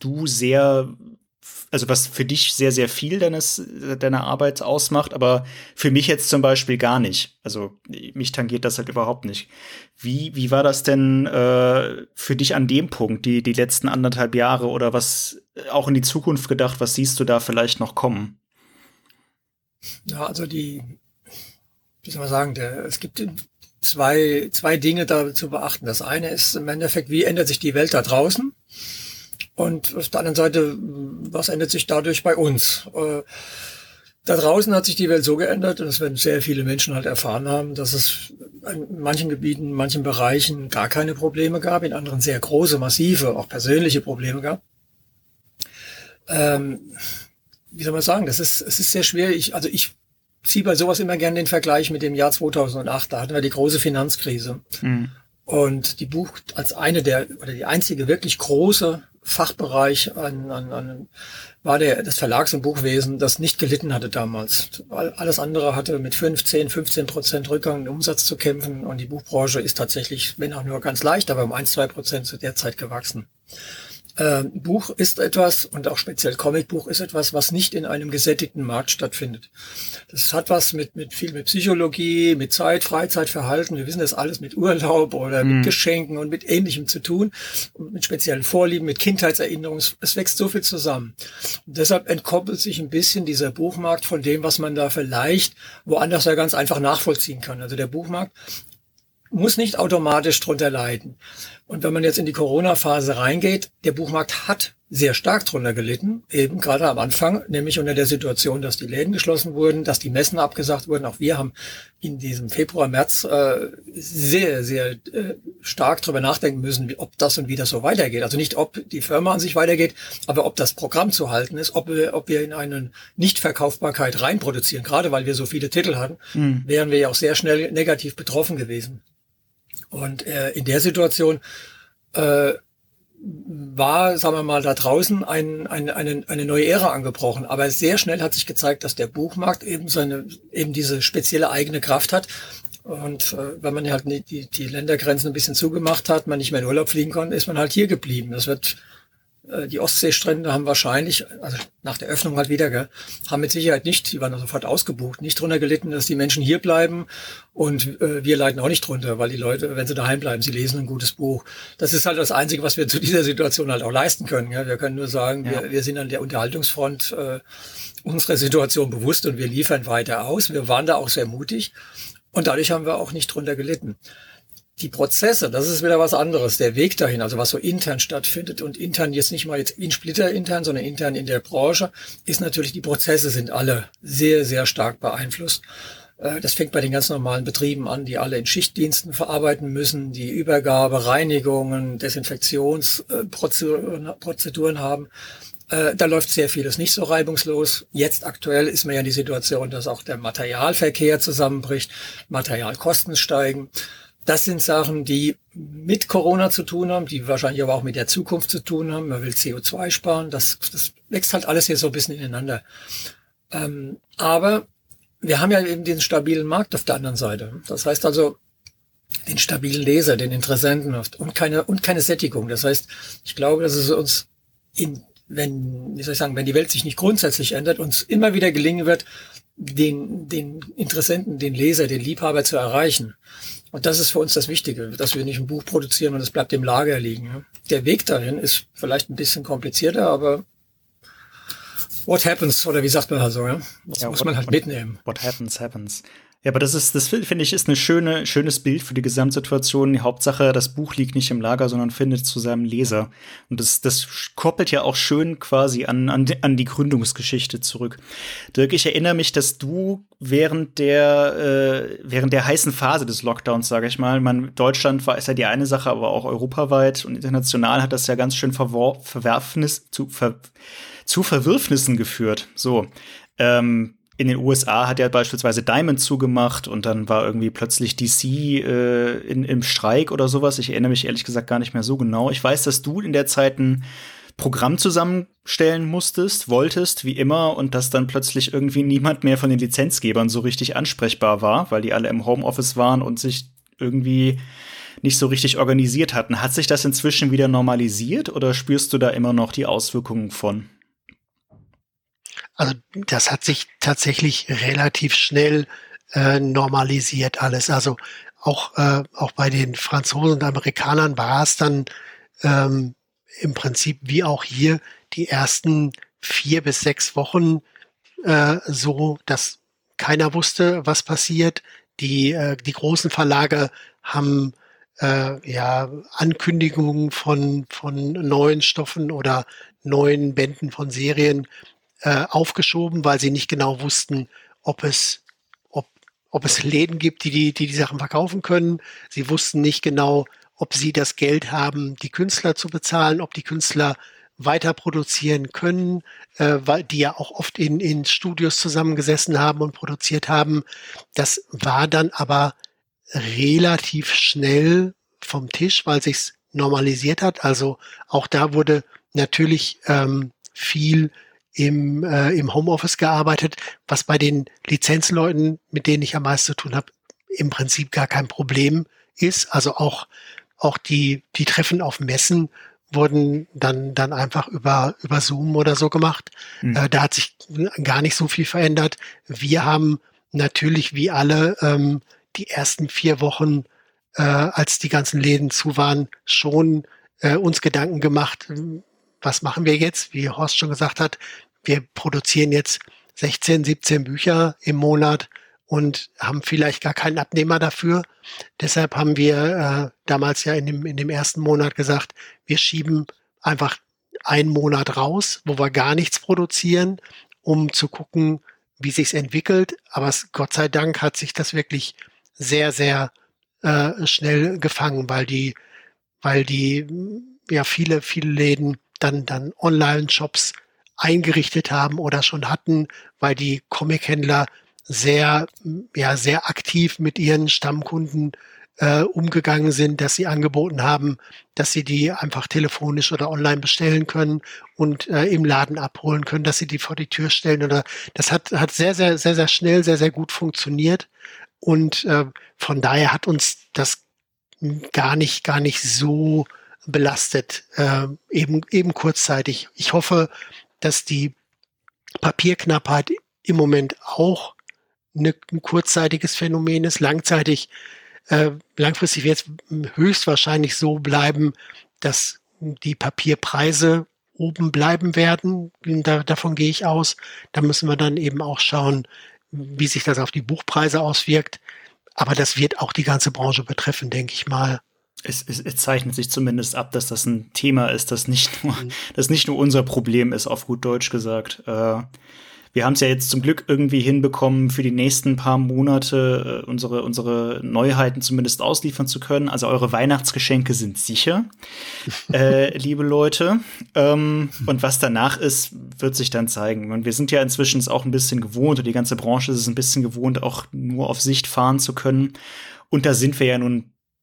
für dich sehr, sehr viel deiner Arbeit ausmacht, aber für mich jetzt zum Beispiel gar nicht. Also mich tangiert das halt überhaupt nicht. Wie war das denn für dich an dem Punkt, die letzten 1,5 Jahre oder was auch in die Zukunft gedacht, was siehst du da vielleicht noch kommen? Ja, also wie soll man sagen, es gibt zwei Dinge da zu beachten. Das eine ist im Endeffekt, wie ändert sich die Welt da draußen? Und auf der anderen Seite, was ändert sich dadurch bei uns? Da draußen hat sich die Welt so geändert, und das werden sehr viele Menschen halt erfahren haben, dass es in manchen Gebieten, in manchen Bereichen gar keine Probleme gab, in anderen sehr große, massive, auch persönliche Probleme gab. Wie soll man sagen, es ist sehr schwer. Ich ziehe bei sowas immer gerne den Vergleich mit dem Jahr 2008. Da hatten wir die große Finanzkrise. Mhm. Und die Buch als die einzige wirklich große Fachbereich war das Verlags- und Buchwesen, das nicht gelitten hatte damals. Alles andere hatte mit 15% Rückgang im Umsatz zu kämpfen und die Buchbranche ist tatsächlich, wenn auch nur ganz leicht, aber um 1-2% zu der Zeit gewachsen. Buch ist etwas, und auch speziell Comicbuch ist etwas, was nicht in einem gesättigten Markt stattfindet. Das hat was mit Psychologie, mit Zeit, Freizeit, Verhalten. Wir wissen das alles mit Urlaub oder mit Geschenken und mit Ähnlichem zu tun. Und mit speziellen Vorlieben, mit Kindheitserinnerungen. Es wächst so viel zusammen. Und deshalb entkoppelt sich ein bisschen dieser Buchmarkt von dem, was man da vielleicht woanders ja ganz einfach nachvollziehen kann. Also der Buchmarkt muss nicht automatisch drunter leiden. Und wenn man jetzt in die Corona-Phase reingeht, der Buchmarkt hat sehr stark drunter gelitten, eben gerade am Anfang, nämlich unter der Situation, dass die Läden geschlossen wurden, dass die Messen abgesagt wurden. Auch wir haben in diesem Februar, März sehr, sehr stark drüber nachdenken müssen, ob das und wie das so weitergeht. Also nicht, ob die Firma an sich weitergeht, aber ob das Programm zu halten ist, ob wir in eine Nichtverkaufbarkeit reinproduzieren. Gerade weil wir so viele Titel hatten, wären wir ja auch sehr schnell negativ betroffen gewesen. Und in der Situation war, sagen wir mal, da draußen eine neue Ära angebrochen. Aber sehr schnell hat sich gezeigt, dass der Buchmarkt eben diese spezielle eigene Kraft hat. Und wenn man halt die Ländergrenzen ein bisschen zugemacht hat, man nicht mehr in Urlaub fliegen konnte, ist man halt hier geblieben. Die Ostseestrände haben wahrscheinlich, also nach der Öffnung halt wieder, haben mit Sicherheit nicht, die waren sofort ausgebucht, nicht drunter gelitten, dass die Menschen hier bleiben und wir leiden auch nicht drunter, weil die Leute, wenn sie daheim bleiben, sie lesen ein gutes Buch. Das ist halt das Einzige, was wir zu dieser Situation halt auch leisten können. Ja? Wir können nur sagen, wir sind an der Unterhaltungsfront unserer Situation bewusst und wir liefern weiter aus. Wir waren da auch sehr mutig und dadurch haben wir auch nicht drunter gelitten. Die Prozesse, das ist wieder was anderes. Der Weg dahin, also was so intern stattfindet und intern jetzt nicht mal jetzt in Splitter intern, sondern intern in der Branche, ist natürlich, die Prozesse sind alle sehr, sehr stark beeinflusst. Das fängt bei den ganz normalen Betrieben an, die alle in Schichtdiensten verarbeiten müssen, die Übergabe, Reinigungen, Desinfektionsprozeduren haben. Da läuft sehr vieles nicht so reibungslos. Jetzt aktuell ist man ja in die Situation, dass auch der Materialverkehr zusammenbricht, Materialkosten steigen. das sind Sachen, die mit Corona zu tun haben, die wahrscheinlich aber auch mit der Zukunft zu tun haben. Man will CO2 sparen, das wächst halt alles hier so ein bisschen ineinander. Aber wir haben ja eben den stabilen Markt auf der anderen Seite. Das heißt also, den stabilen Leser, den Interessenten und keine Sättigung. Das heißt, ich glaube, dass es uns wenn die Welt sich nicht grundsätzlich ändert, uns immer wieder gelingen wird, den Interessenten, den Leser, den Liebhaber zu erreichen. Und das ist für uns das Wichtige, dass wir nicht ein Buch produzieren und es bleibt im Lager liegen. Ja. Der Weg dahin ist vielleicht ein bisschen komplizierter, aber what happens, oder wie sagt man halt so, ja? Das muss man halt mitnehmen. What happens, happens. Ja, aber das finde ich, ist ein schönes Bild für die Gesamtsituation. Die Hauptsache, das Buch liegt nicht im Lager, sondern findet zu seinem Leser. Und das koppelt ja auch schön quasi an die Gründungsgeschichte zurück. Dirk, ich erinnere mich, dass du während der heißen Phase des Lockdowns, sage ich mal, Deutschland ist ja die eine Sache, aber auch europaweit und international hat das ja ganz schön zu Verwürfnissen geführt. So, in den USA hat ja beispielsweise Diamond zugemacht und dann war irgendwie plötzlich DC im Streik oder sowas. Ich erinnere mich ehrlich gesagt gar nicht mehr so genau. Ich weiß, dass du in der Zeit ein Programm zusammenstellen wolltest, wie immer, und dass dann plötzlich irgendwie niemand mehr von den Lizenzgebern so richtig ansprechbar war, weil die alle im Homeoffice waren und sich irgendwie nicht so richtig organisiert hatten. Hat sich das inzwischen wieder normalisiert oder spürst du da immer noch die Auswirkungen von? Also das hat sich tatsächlich relativ schnell normalisiert alles. Also auch bei den Franzosen und Amerikanern war es dann im Prinzip wie auch hier die ersten 4 bis 6 Wochen so, dass keiner wusste, was passiert. Die großen Verlage haben Ankündigungen von neuen Stoffen oder neuen Bänden von Serien aufgeschoben, weil sie nicht genau wussten, ob es Läden gibt, die Sachen verkaufen können. Sie wussten nicht genau, ob sie das Geld haben, die Künstler zu bezahlen, ob die Künstler weiter produzieren können, weil die ja auch oft in Studios zusammengesessen haben und produziert haben. Das war dann aber relativ schnell vom Tisch, weil sich's normalisiert hat. Also auch da wurde natürlich viel im Homeoffice gearbeitet, was bei den Lizenzleuten, mit denen ich am meisten zu tun habe, im Prinzip gar kein Problem ist. Also auch die Treffen auf Messen wurden dann einfach über Zoom oder so gemacht. Da hat sich gar nicht so viel verändert. Wir haben natürlich wie alle die ersten 4 Wochen, als die ganzen Läden zu waren, schon uns Gedanken gemacht, was machen wir jetzt? Wie Horst schon gesagt hat, wir produzieren jetzt 16, 17 Bücher im Monat und haben vielleicht gar keinen Abnehmer dafür. Deshalb haben wir damals ja in dem ersten Monat gesagt, wir schieben einfach einen Monat raus, wo wir gar nichts produzieren, um zu gucken, wie sich's entwickelt. Aber Gott sei Dank hat sich das wirklich sehr, sehr schnell gefangen, weil die viele Läden dann Online-Shops eingerichtet haben oder schon hatten, weil die Comic-Händler sehr aktiv mit ihren Stammkunden umgegangen sind, dass sie angeboten haben, dass sie die einfach telefonisch oder online bestellen können und im Laden abholen können, dass sie die vor die Tür stellen. Oder das hat sehr, sehr, sehr, sehr schnell, sehr, sehr gut funktioniert. Und von daher hat uns das gar nicht so belastet, eben kurzzeitig. Ich hoffe, dass die Papierknappheit im Moment auch ein kurzzeitiges Phänomen ist. Langfristig wird es höchstwahrscheinlich so bleiben, dass die Papierpreise oben bleiben werden. Davon gehe ich aus. Da müssen wir dann eben auch schauen, wie sich das auf die Buchpreise auswirkt. Aber das wird auch die ganze Branche betreffen, denke ich mal. Es zeichnet sich zumindest ab, dass das ein Thema ist, das nicht nur unser Problem ist, auf gut Deutsch gesagt. Wir haben es ja jetzt zum Glück irgendwie hinbekommen, für die nächsten paar Monate unsere Neuheiten zumindest ausliefern zu können. Also eure Weihnachtsgeschenke sind sicher, liebe Leute. Und was danach ist, wird sich dann zeigen. Und wir sind ja inzwischen es auch ein bisschen gewohnt, und die ganze Branche ist es ein bisschen gewohnt, auch nur auf Sicht fahren zu können. Und da sind wir ja nun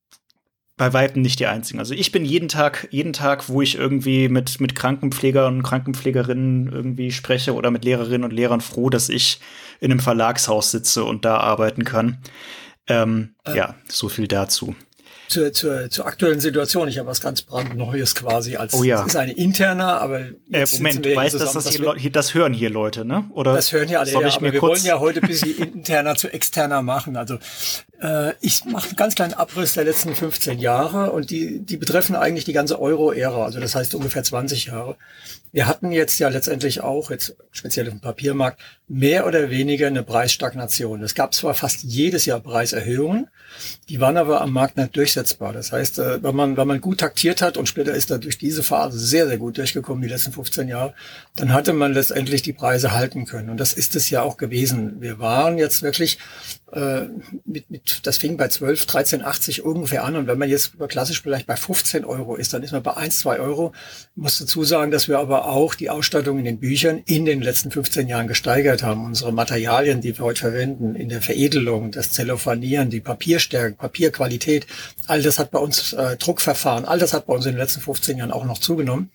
bei weitem nicht die einzigen. Also ich bin jeden Tag, wo ich irgendwie mit Krankenpflegern und Krankenpflegerinnen irgendwie spreche oder mit Lehrerinnen und Lehrern froh, dass ich in einem Verlagshaus sitze und da arbeiten kann. Ja, so viel dazu. Zur aktuellen Situation. Ich habe was ganz brandneues quasi als es ist eine interne, aber Moment, du weißt, dass das hören hier Leute, ne? Oder das hören hier alle, ja, aber wir wollen ja heute ein bisschen interner zu externer machen. Also ich mache einen ganz kleinen Abriss der letzten 15 Jahre und die betreffen eigentlich die ganze Euro-Ära, also das heißt ungefähr 20 Jahre. Wir hatten jetzt ja letztendlich auch, jetzt speziell im Papiermarkt, mehr oder weniger eine Preisstagnation. Es gab zwar fast jedes Jahr Preiserhöhungen, die waren aber am Markt nicht durchsetzbar. Das heißt, wenn man gut taktiert hat und später ist er durch diese Phase sehr, sehr gut durchgekommen, die letzten 15 Jahre, dann hatte man letztendlich die Preise halten können. Und das ist es ja auch gewesen. Wir waren jetzt wirklich das fing bei 12, 13,80 ungefähr an. Und wenn man jetzt klassisch vielleicht bei 15 Euro ist, dann ist man bei 1, 2 Euro. Ich muss dazu sagen, dass wir aber auch die Ausstattung in den Büchern in den letzten 15 Jahren gesteigert haben. Unsere Materialien, die wir heute verwenden, in der Veredelung, das Zellophanieren, die Papierstärke, Papierqualität, all das hat bei uns Druckverfahren, all das hat bei uns in den letzten 15 Jahren auch noch zugenommen.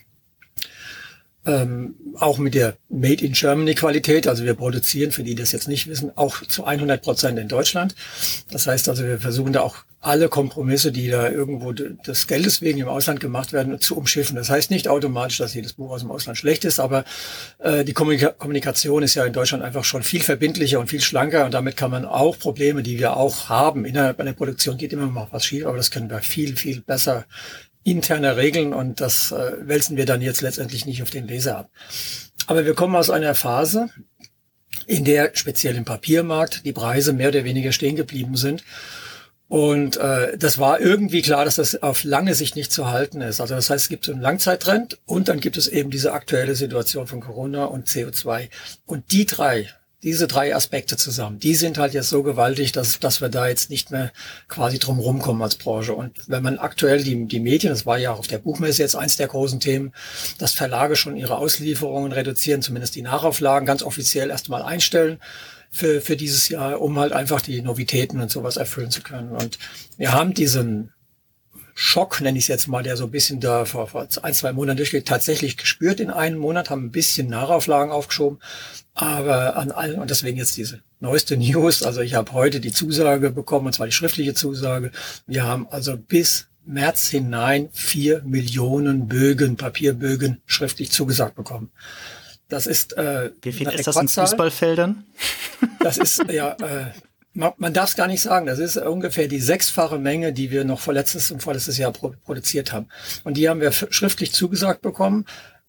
Auch mit der Made in Germany Qualität, also wir produzieren, für die das jetzt nicht wissen, auch zu 100% in Deutschland. Das heißt also, wir versuchen da auch alle Kompromisse, die da irgendwo des Geldes wegen im Ausland gemacht werden, zu umschiffen. Das heißt nicht automatisch, dass jedes Buch aus dem Ausland schlecht ist, aber die Kommunikation ist ja in Deutschland einfach schon viel verbindlicher und viel schlanker und damit kann man auch Probleme, die wir auch haben, innerhalb einer Produktion geht immer mal was schief, aber das können wir viel, viel besser interne Regeln und das wälzen wir dann jetzt letztendlich nicht auf den Leser ab. Aber wir kommen aus einer Phase, in der speziell im Papiermarkt die Preise mehr oder weniger stehen geblieben sind. Und das war irgendwie klar, dass das auf lange Sicht nicht zu halten ist. Also das heißt, es gibt so einen Langzeittrend und dann gibt es eben diese aktuelle Situation von Corona und CO2. Und diese drei Aspekte zusammen, die sind halt jetzt so gewaltig, dass wir da jetzt nicht mehr quasi drum rumkommen als Branche. Und wenn man aktuell die Medien, das war ja auch auf der Buchmesse jetzt eins der großen Themen, dass Verlage schon ihre Auslieferungen reduzieren, zumindest die Nachauflagen ganz offiziell erstmal einstellen für dieses Jahr, um halt einfach die Novitäten und sowas erfüllen zu können. Und wir haben diesen Schock, nenne ich es jetzt mal, der so ein bisschen da vor 1, 2 Monaten durchgeht, tatsächlich gespürt in einem Monat, haben ein bisschen Nachauflagen aufgeschoben, aber an allen, und deswegen jetzt diese neueste News, also ich habe heute die Zusage bekommen, und zwar die schriftliche Zusage, wir haben also bis März hinein 4 Millionen Bögen, Papierbögen schriftlich zugesagt bekommen. Das ist wie viel ist das in Fußballfeldern? Das ist man darf es gar nicht sagen. Das ist ungefähr die 6-fache Menge, die wir noch vorletztes und vorletztes Jahr produziert haben. Und die haben wir schriftlich zugesagt bekommen.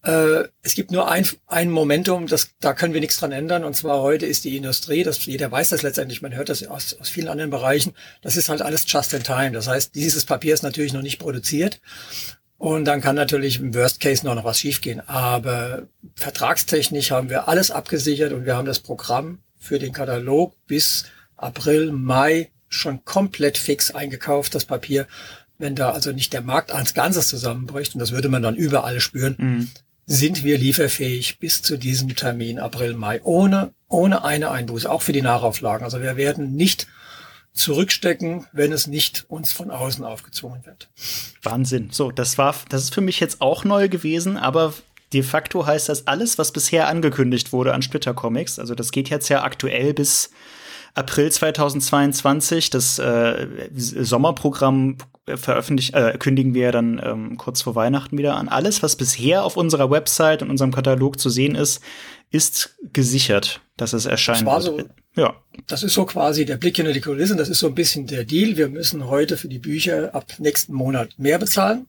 Es gibt nur ein Momentum, da können wir nichts dran ändern. Und zwar heute ist die Industrie, jeder weiß das letztendlich, man hört das aus vielen anderen Bereichen. Das ist halt alles just in time. Das heißt, dieses Papier ist natürlich noch nicht produziert. Und dann kann natürlich im Worst Case noch was schiefgehen. Aber vertragstechnisch haben wir alles abgesichert und wir haben das Programm für den Katalog bis April, Mai schon komplett fix eingekauft, das Papier. Wenn da also nicht der Markt als Ganzes zusammenbricht, und das würde man dann überall spüren, sind wir lieferfähig bis zu diesem Termin April, Mai, ohne eine Einbuße, auch für die Nachauflagen. Also wir werden nicht zurückstecken, wenn es nicht uns von außen aufgezwungen wird. Wahnsinn. So, das ist für mich jetzt auch neu gewesen, aber de facto heißt das alles, was bisher angekündigt wurde an Splitter Comics, also das geht jetzt ja aktuell bis April 2022, das Sommerprogramm kündigen wir dann kurz vor Weihnachten wieder an. Alles, was bisher auf unserer Website und unserem Katalog zu sehen ist gesichert, dass es erscheinen wird. So, ja. Das ist so quasi der Blick hinter die Kulissen, das ist so ein bisschen der Deal. Wir müssen heute für die Bücher ab nächsten Monat mehr bezahlen,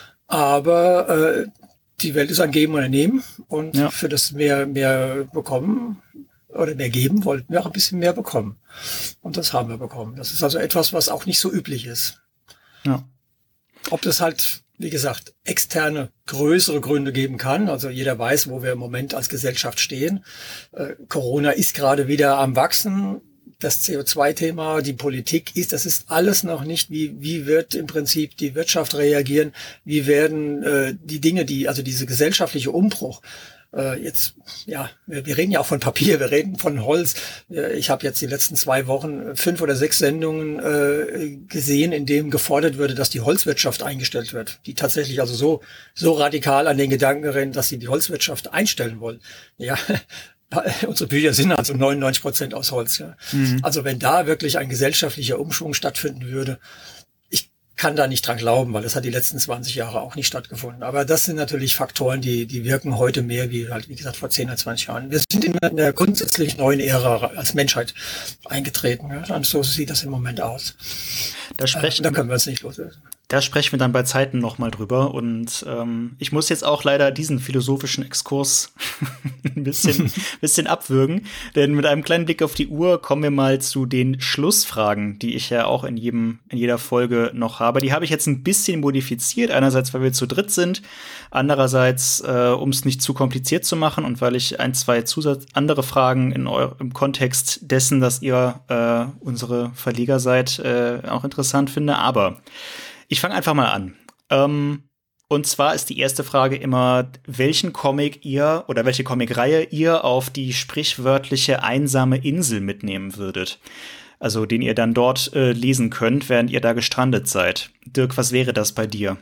aber die Welt ist ein Geben und ein Nehmen und für das mehr bekommen oder mehr geben, wollten wir auch ein bisschen mehr bekommen. Und das haben wir bekommen. Das ist also etwas, was auch nicht so üblich ist. Ja. Ob das halt, wie gesagt, externe, größere Gründe geben kann. Also jeder weiß, wo wir im Moment als Gesellschaft stehen. Corona ist gerade wieder am Wachsen. Das CO2-Thema, die Politik das ist alles noch nicht, wie wird im Prinzip die Wirtschaft reagieren, wie werden die Dinge, also diese gesellschaftliche Umbruch, wir reden ja auch von Papier, wir reden von Holz. Ich habe jetzt die letzten 2 Wochen 5 oder 6 Sendungen gesehen, in denen gefordert würde, dass die Holzwirtschaft eingestellt wird, die tatsächlich also so radikal an den Gedanken rennen, dass sie die Holzwirtschaft einstellen wollen. Ja, unsere Bücher sind also 99% aus Holz. Ja. Mhm. Also wenn da wirklich ein gesellschaftlicher Umschwung stattfinden würde, kann da nicht dran glauben, weil das hat die letzten 20 Jahre auch nicht stattgefunden. Aber das sind natürlich Faktoren, die wirken heute mehr wie halt, wie gesagt, vor 10 oder 20 Jahren. Wir sind in einer grundsätzlich neuen Ära als Menschheit eingetreten. Ja? Und so sieht das im Moment aus. Da können wir uns nicht loslösen. Da sprechen wir dann bei Zeiten noch mal drüber. Und ich muss jetzt auch leider diesen philosophischen Exkurs ein bisschen abwürgen. Denn mit einem kleinen Blick auf die Uhr kommen wir mal zu den Schlussfragen, die ich ja auch in jeder Folge noch habe. Die habe ich jetzt ein bisschen modifiziert. Einerseits, weil wir zu dritt sind. Andererseits, um es nicht zu kompliziert zu machen und weil ich 2 andere Fragen im Kontext dessen, dass ihr unsere Verleger seid, auch interessant finde. Aber ich fange einfach mal an. Und zwar ist die erste Frage immer, welchen Comic ihr oder welche Comicreihe ihr auf die sprichwörtliche einsame Insel mitnehmen würdet. Also den ihr dann dort lesen könnt, während ihr da gestrandet seid. Dirk, was wäre das bei dir?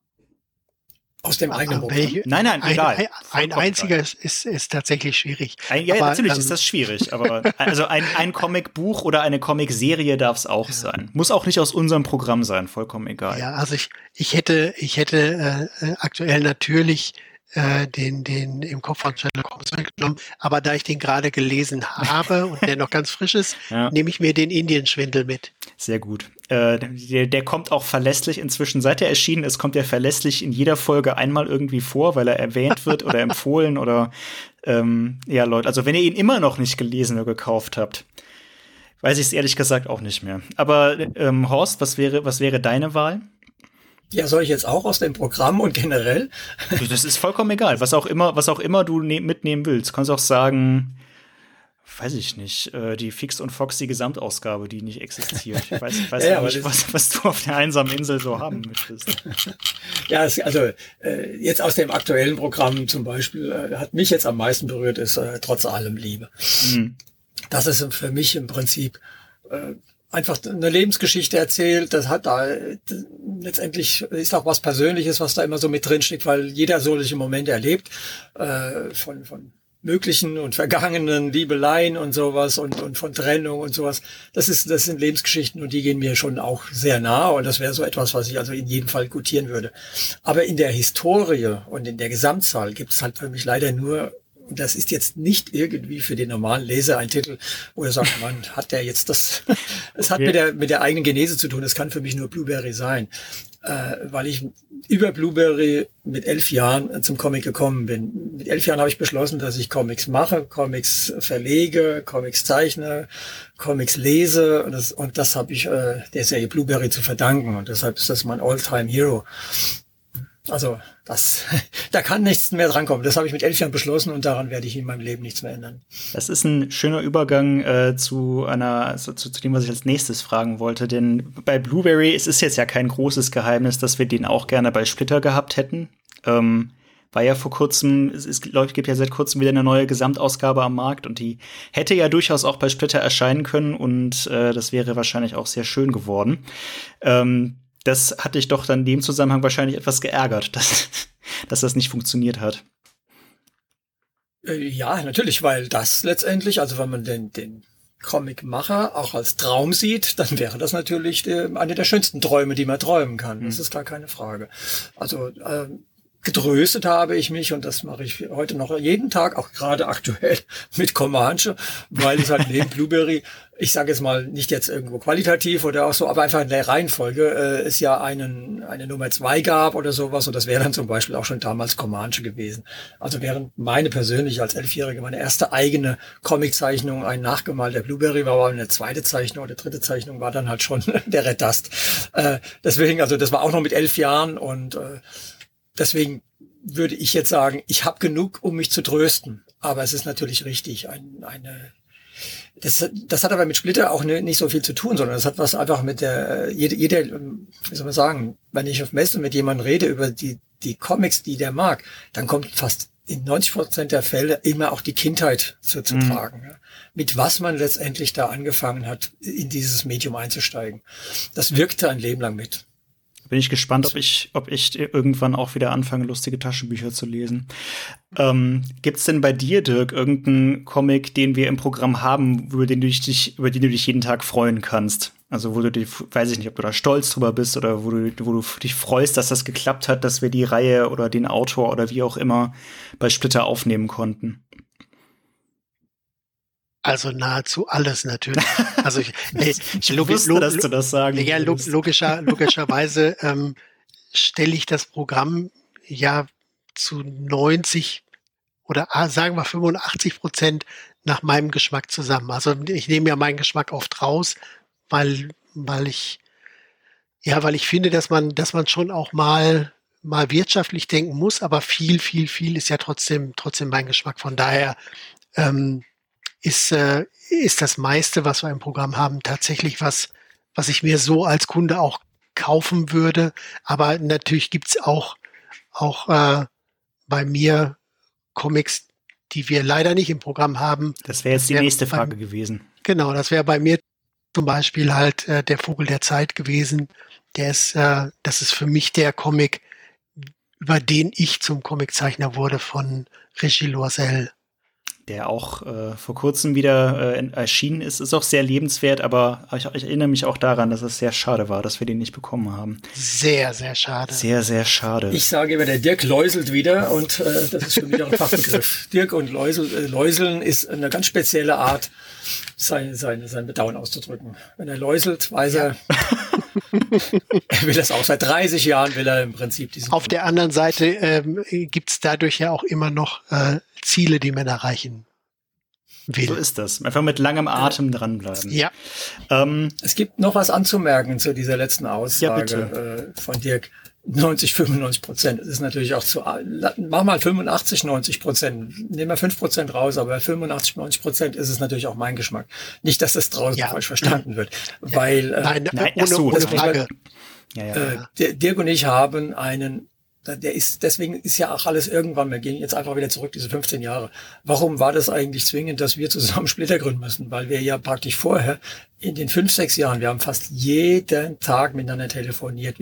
Aus dem eigenen Buch. Nein, egal. Ein einziger ist tatsächlich schwierig. Ja, natürlich ist das schwierig, aber also ein Comicbuch oder eine Comicserie darf es auch sein. Muss auch nicht aus unserem Programm sein, vollkommen egal. Ja, also ich hätte aktuell natürlich den im Kopf von Sherlock Holmes genommen, aber da ich den gerade gelesen habe und der noch ganz frisch ist, nehme ich mir den Indienschwindel mit. Sehr gut. Der kommt auch verlässlich inzwischen. Seit er erschienen ist, kommt er verlässlich in jeder Folge einmal irgendwie vor, weil er erwähnt wird oder empfohlen oder Leute. Also wenn ihr ihn immer noch nicht gelesen oder gekauft habt, weiß ich es ehrlich gesagt auch nicht mehr. Aber Horst, was wäre deine Wahl? Ja, soll ich jetzt auch aus dem Programm und generell? Das ist vollkommen egal. Was auch immer du mitnehmen willst. Du kannst auch sagen, weiß ich nicht, die Fix und Foxy Gesamtausgabe, die nicht existiert. Ich weiß nicht, was du auf der einsamen Insel so haben möchtest. Ja, jetzt aus dem aktuellen Programm zum Beispiel, hat mich jetzt am meisten berührt, ist Trotz allem Liebe. Mhm. Das ist für mich im Prinzip einfach eine Lebensgeschichte erzählt. Das hat da letztendlich ist auch was Persönliches, was da immer so mit drin steckt, weil jeder solche Momente erlebt von möglichen und vergangenen Liebeleien und sowas und von Trennung und sowas. Das sind Lebensgeschichten und die gehen mir schon auch sehr nah und das wäre so etwas, was ich also in jedem Fall gutieren würde. Aber in der Historie und in der Gesamtzahl gibt es halt für mich leider nur. Und das ist jetzt nicht irgendwie für den normalen Leser ein Titel, wo er sagt, man, hat der jetzt das, es hat mit der eigenen Genese zu tun, es kann für mich nur Blueberry sein, weil ich über Blueberry mit 11 Jahren zum Comic gekommen bin. Mit 11 Jahren habe ich beschlossen, dass ich Comics mache, Comics verlege, Comics zeichne, Comics lese und das habe ich der Serie Blueberry zu verdanken und deshalb ist das mein All-Time-Hero. Also da kann nichts mehr drankommen. Das habe ich mit 11 Jahren beschlossen und daran werde ich in meinem Leben nichts mehr ändern. Das ist ein schöner Übergang zu dem, was ich als nächstes fragen wollte. Denn bei Blueberry, es ist jetzt ja kein großes Geheimnis, dass wir den auch gerne bei Splitter gehabt hätten. War ja vor kurzem, gibt ja seit kurzem wieder eine neue Gesamtausgabe am Markt und die hätte ja durchaus auch bei Splitter erscheinen können und das wäre wahrscheinlich auch sehr schön geworden. Das hat dich doch dann in dem Zusammenhang wahrscheinlich etwas geärgert, dass das nicht funktioniert hat. Ja, natürlich, weil das letztendlich, also wenn man den Comicmacher auch als Traum sieht, dann wäre das natürlich eine der schönsten Träume, die man träumen kann. Das ist gar keine Frage. Also getröstet habe ich mich, und das mache ich heute noch jeden Tag, auch gerade aktuell mit Comanche, weil es halt neben Blueberry, ich sage jetzt mal nicht jetzt irgendwo qualitativ oder auch so, aber einfach in der Reihenfolge es ja eine Nummer 2 gab oder sowas, und das wäre dann zum Beispiel auch schon damals Comanche gewesen. Also während meine persönlich als 11-Jährige meine erste eigene Comiczeichnung ein nachgemalter Blueberry war, aber eine zweite Zeichnung oder dritte Zeichnung war dann halt schon der Red Dust. Deswegen, also das war auch noch mit 11 Jahren und deswegen würde ich jetzt sagen, ich habe genug, um mich zu trösten. Aber es ist natürlich richtig, das hat aber mit Splitter auch nicht so viel zu tun, sondern das hat was einfach mit jeder, wie soll man sagen, wenn ich auf Messen mit jemandem rede über die Comics, die der mag, dann kommt fast in 90% der Fälle immer auch die Kindheit zu tragen. Ja. Mit was man letztendlich da angefangen hat, in dieses Medium einzusteigen. Das wirkte ein Leben lang mit. Bin ich gespannt, ob ich irgendwann auch wieder anfange, lustige Taschenbücher zu lesen. Gibt's denn bei dir, Dirk, irgendeinen Comic, den wir im Programm haben, über den du dich jeden Tag freuen kannst? Also wo du dich, weiß ich nicht, ob du da stolz drüber bist oder wo du dich freust, dass das geklappt hat, dass wir die Reihe oder den Autor oder wie auch immer bei Splitter aufnehmen konnten. Also nahezu alles natürlich. Also ich wusste, dass du das sagen ja, logischerweise stelle ich das Programm ja zu 90 oder sagen wir 85% nach meinem Geschmack zusammen. Also ich nehme ja meinen Geschmack oft raus, weil ich finde, dass man schon auch mal wirtschaftlich denken muss, aber viel ist ja trotzdem mein Geschmack. Von daher ist das meiste, was wir im Programm haben, tatsächlich was ich mir so als Kunde auch kaufen würde. Aber natürlich gibt's auch bei mir Comics, die wir leider nicht im Programm haben. Das wäre jetzt die nächste Frage gewesen. Genau, das wäre bei mir zum Beispiel halt der Vogel der Zeit gewesen. Das ist für mich der Comic, über den ich zum Comiczeichner wurde, von Régis Loisel. Der auch vor kurzem wieder erschienen ist. Ist auch sehr lebenswert, aber ich erinnere mich auch daran, dass es sehr schade war, dass wir den nicht bekommen haben. Sehr, sehr schade. Sehr, sehr schade. Ich sage immer, der Dirk läuselt wieder und das ist für mich auch ein Fachbegriff. Dirk und Läuseln ist eine ganz spezielle Art, sein Bedauern auszudrücken. Wenn er läuselt, weiß er, er will das auch. Seit 30 Jahren will er im Prinzip diesen. Auf der anderen Seite gibt's dadurch ja auch immer noch Ziele, die man erreichen will. So ist das. Einfach mit langem Atem dranbleiben. Ja. Es gibt noch was anzumerken zu dieser letzten Aussage von Dirk. 95%. Das ist natürlich auch mach mal 85-90%. Nehmen wir 5% raus, aber 85-90% ist es natürlich auch mein Geschmack. Nicht, dass das draußen falsch verstanden wird. Ja. Weil, nein, ohne Frage. Dirk und ich haben deswegen ist ja auch alles irgendwann, wir gehen jetzt einfach wieder zurück, diese 15 Jahre. Warum war das eigentlich zwingend, dass wir zusammen Splitter gründen müssen? Weil wir ja praktisch vorher, in den 5-6 Jahren, wir haben fast jeden Tag miteinander telefoniert.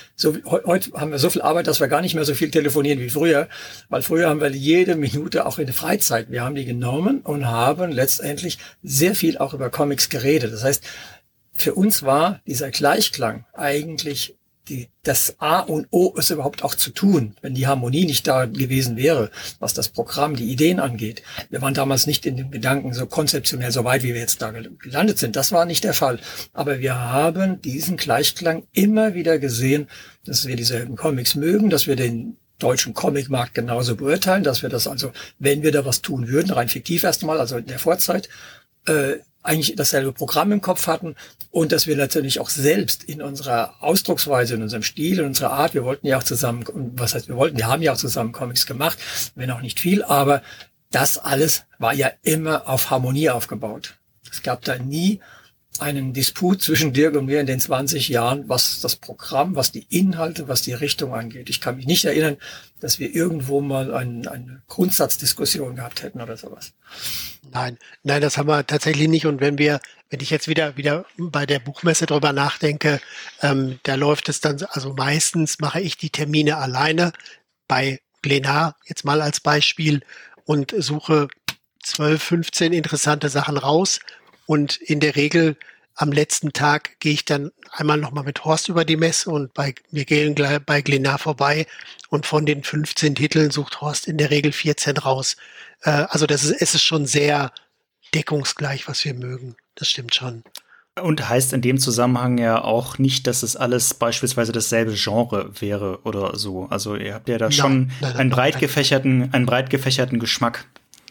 Heute haben wir so viel Arbeit, dass wir gar nicht mehr so viel telefonieren wie früher. Weil früher haben wir jede Minute auch in der Freizeit, wir haben die genommen und haben letztendlich sehr viel auch über Comics geredet. Das heißt, für uns war dieser Gleichklang eigentlich das A und O ist überhaupt auch zu tun, wenn die Harmonie nicht da gewesen wäre, was das Programm, die Ideen angeht. Wir waren damals nicht in dem Gedanken so konzeptionell so weit, wie wir jetzt da gelandet sind. Das war nicht der Fall. Aber wir haben diesen Gleichklang immer wieder gesehen, dass wir dieselben Comics mögen, dass wir den deutschen Comicmarkt genauso beurteilen, dass wir das also, wenn wir da was tun würden, rein fiktiv erstmal, also in der Vorzeit, eigentlich dasselbe Programm im Kopf hatten und dass wir natürlich auch selbst in unserer Ausdrucksweise, in unserem Stil, in unserer Art, wir wollten ja auch zusammen, wir haben ja auch zusammen Comics gemacht, wenn auch nicht viel, aber das alles war ja immer auf Harmonie aufgebaut. Es gab da nie einen Disput zwischen Dirk und mir in den 20 Jahren, was das Programm, was die Inhalte, was die Richtung angeht. Ich kann mich nicht erinnern, dass wir irgendwo mal eine Grundsatzdiskussion gehabt hätten oder sowas. Nein, das haben wir tatsächlich nicht. Und wenn ich jetzt wieder bei der Buchmesse drüber nachdenke, da läuft es dann, also meistens mache ich die Termine alleine bei Glénat, jetzt mal als Beispiel, und suche 12, 15 interessante Sachen raus. Und in der Regel am letzten Tag gehe ich dann einmal nochmal mit Horst über die Messe und wir gehen bei Glénat vorbei und von den 15 Titeln sucht Horst in der Regel 14 raus. Also es ist schon sehr deckungsgleich, was wir mögen. Das stimmt schon. Und heißt in dem Zusammenhang ja auch nicht, dass es alles beispielsweise dasselbe Genre wäre oder so. Also ihr habt ja da schon einen breit gefächerten Geschmack.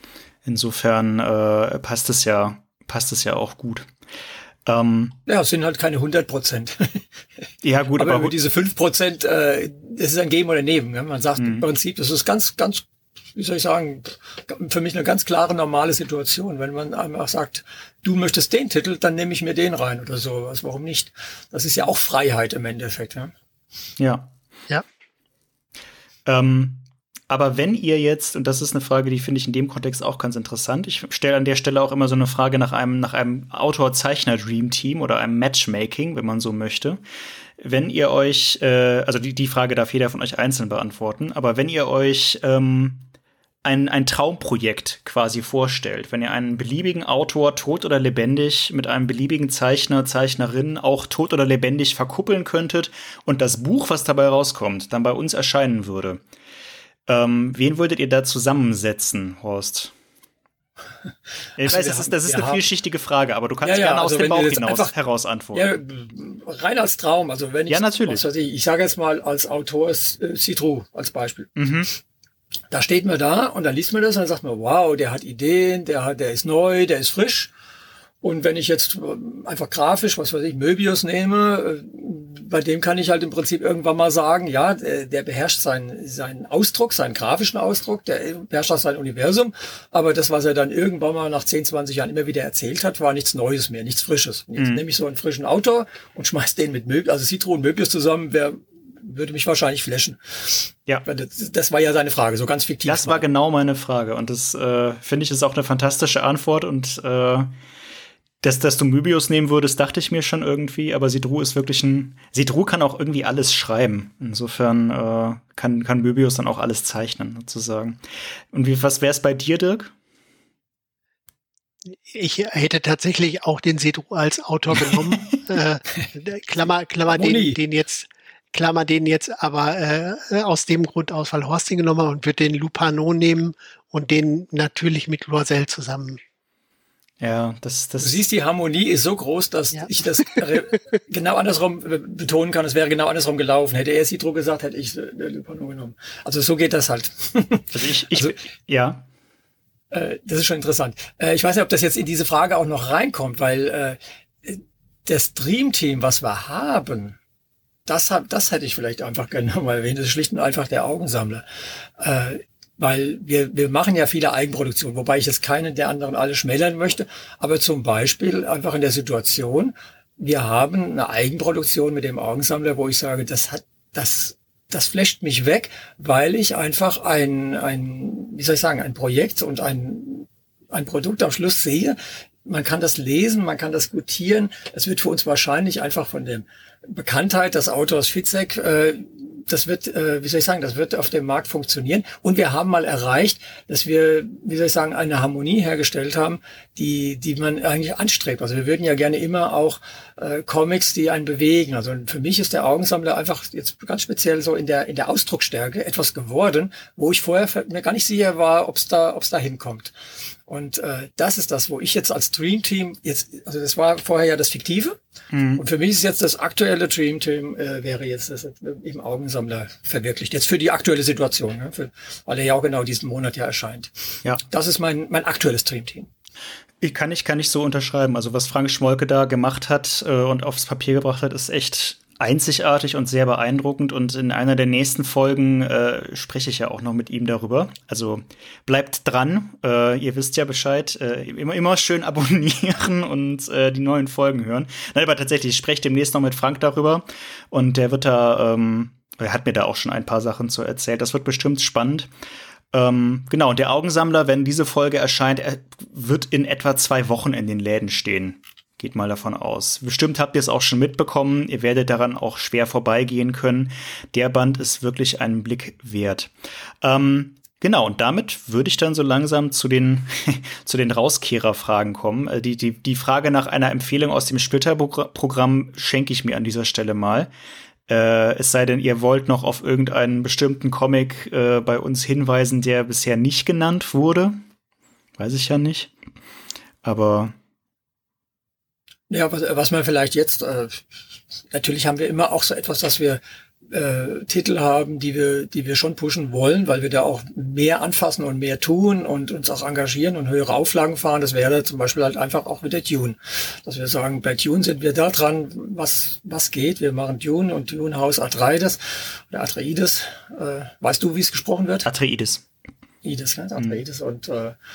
Insofern passt es ja auch gut. Es sind halt keine 100%. Ja, gut, aber über diese 5%, das ist ein Geben oder Nehmen. Ja? Man sagt im Prinzip, das ist ganz, wie soll ich sagen, für mich eine ganz klare, normale Situation. Wenn man einfach sagt, du möchtest den Titel, dann nehme ich mir den rein oder sowas. Warum nicht? Das ist ja auch Freiheit im Endeffekt. Ja. Ja. Aber wenn ihr jetzt, und das ist eine Frage, die finde ich in dem Kontext auch ganz interessant, ich stelle an der Stelle auch immer so eine Frage nach einem Autor-Zeichner-Dream-Team oder einem Matchmaking, wenn man so möchte. Wenn ihr euch, also die Frage darf jeder von euch einzeln beantworten, aber wenn ihr euch ein Traumprojekt quasi vorstellt, wenn ihr einen beliebigen Autor, tot oder lebendig, mit einem beliebigen Zeichner, Zeichnerin, auch tot oder lebendig verkuppeln könntet und das Buch, was dabei rauskommt, dann bei uns erscheinen würde, wen würdet ihr da zusammensetzen, Horst? Ich weiß, das ist eine vielschichtige Frage, aber du kannst gerne aus dem Bauch heraus antworten. Ja, rein als Traum, also wenn ich, ja, natürlich. Ich sage jetzt mal als Autor Citru als Beispiel. Da steht man da und dann liest man das und dann sagt man, wow, der hat Ideen, der ist neu, der ist frisch. Und wenn ich jetzt einfach grafisch, was weiß ich, Möbius nehme, bei dem kann ich halt im Prinzip irgendwann mal sagen, ja, der beherrscht seinen Ausdruck, seinen grafischen Ausdruck, der beherrscht auch sein Universum. Aber das, was er dann irgendwann mal nach 10, 20 Jahren immer wieder erzählt hat, war nichts Neues mehr, nichts Frisches. Und jetzt nehme ich so einen frischen Autor und schmeiß den mit Möbius, also Citru und Möbius zusammen, würde mich wahrscheinlich flashen. Ja. Das war ja seine Frage, so ganz fiktiv. Das war genau meine Frage. Und das finde ich ist auch eine fantastische Antwort. Und dass du Möbius nehmen würdest, dachte ich mir schon irgendwie. Aber Citru ist wirklich Citru kann auch irgendwie alles schreiben. Insofern kann Möbius dann auch alles zeichnen, sozusagen. Und was wäre es bei dir, Dirk? Ich hätte tatsächlich auch den Citru als Autor genommen. Klammer den jetzt aber aus dem Grund aus, weil Horst ihn genommen hat, und würde den Lupanou nehmen und den natürlich mit Loisel zusammen. Ja, du siehst, die Harmonie ist so groß, dass ich das genau andersrum betonen kann. Es wäre genau andersrum gelaufen. Hätte er Citru gesagt, hätte ich Lupanou genommen. Also so geht das halt. Ja. Das ist schon interessant. Ich weiß nicht, ob das jetzt in diese Frage auch noch reinkommt, weil das Dream-Team, was wir haben, das hätte ich vielleicht einfach gerne mal erwähnt. Das ist schlicht und einfach der Augensammler. Weil wir machen ja viele Eigenproduktionen, wobei ich jetzt keine der anderen alle schmälern möchte. Aber zum Beispiel einfach in der Situation, wir haben eine Eigenproduktion mit dem Augensammler, wo ich sage, das flasht mich weg, weil ich einfach ein Projekt und ein Produkt am Schluss sehe. Man kann das lesen, man kann das gutieren. Es wird für uns wahrscheinlich einfach von der Bekanntheit des Autors Fitzek, das wird auf dem Markt funktionieren. Und wir haben mal erreicht, dass wir, eine Harmonie hergestellt haben, die man eigentlich anstrebt. Also wir würden ja gerne immer auch Comics, die einen bewegen. Also für mich ist der Augensammler einfach jetzt ganz speziell so in der Ausdrucksstärke etwas geworden, wo ich vorher mir gar nicht sicher war, ob's da hinkommt. Und das ist das, wo ich jetzt als Dream Team also das war vorher ja das Fiktive. Und für mich ist jetzt das aktuelle Dream Team wäre jetzt das im Augensammler verwirklicht. Jetzt für die aktuelle Situation, weil er ja auch genau diesen Monat ja erscheint. Ja. Das ist mein aktuelles Dream Team. Kann ich so unterschreiben. Also was Frank Schmolke da gemacht hat und aufs Papier gebracht hat, ist echt einzigartig und sehr beeindruckend. Und in einer der nächsten Folgen spreche ich ja auch noch mit ihm darüber. Also bleibt dran. Ihr wisst ja Bescheid. Immer schön abonnieren und die neuen Folgen hören. Nein, aber tatsächlich, ich spreche demnächst noch mit Frank darüber. Und der wird er hat mir da auch schon ein paar Sachen zu erzählt. Das wird bestimmt spannend. Genau, und der Augensammler, wenn diese Folge erscheint, wird in etwa 2 Wochen in den Läden stehen. Geht mal davon aus. Bestimmt habt ihr es auch schon mitbekommen. Ihr werdet daran auch schwer vorbeigehen können. Der Band ist wirklich einen Blick wert. Genau, und damit würde ich dann so langsam zu den Rauskehrer-Fragen kommen. Die Frage nach einer Empfehlung aus dem Splitter-Programm schenke ich mir an dieser Stelle mal. Es sei denn, ihr wollt noch auf irgendeinen bestimmten Comic bei uns hinweisen, der bisher nicht genannt wurde. Weiß ich ja nicht. Aber ja, was man vielleicht jetzt, natürlich haben wir immer auch so etwas, dass wir Titel haben, die wir schon pushen wollen, weil wir da auch mehr anfassen und mehr tun und uns auch engagieren und höhere Auflagen fahren. Das wäre zum Beispiel halt einfach auch mit der Dune. Dass wir sagen, bei Dune sind wir da dran, was geht. Wir machen Dune und Dune Haus Atreides oder Atreides. Weißt du, wie es gesprochen wird? Atreides. Atreides. Und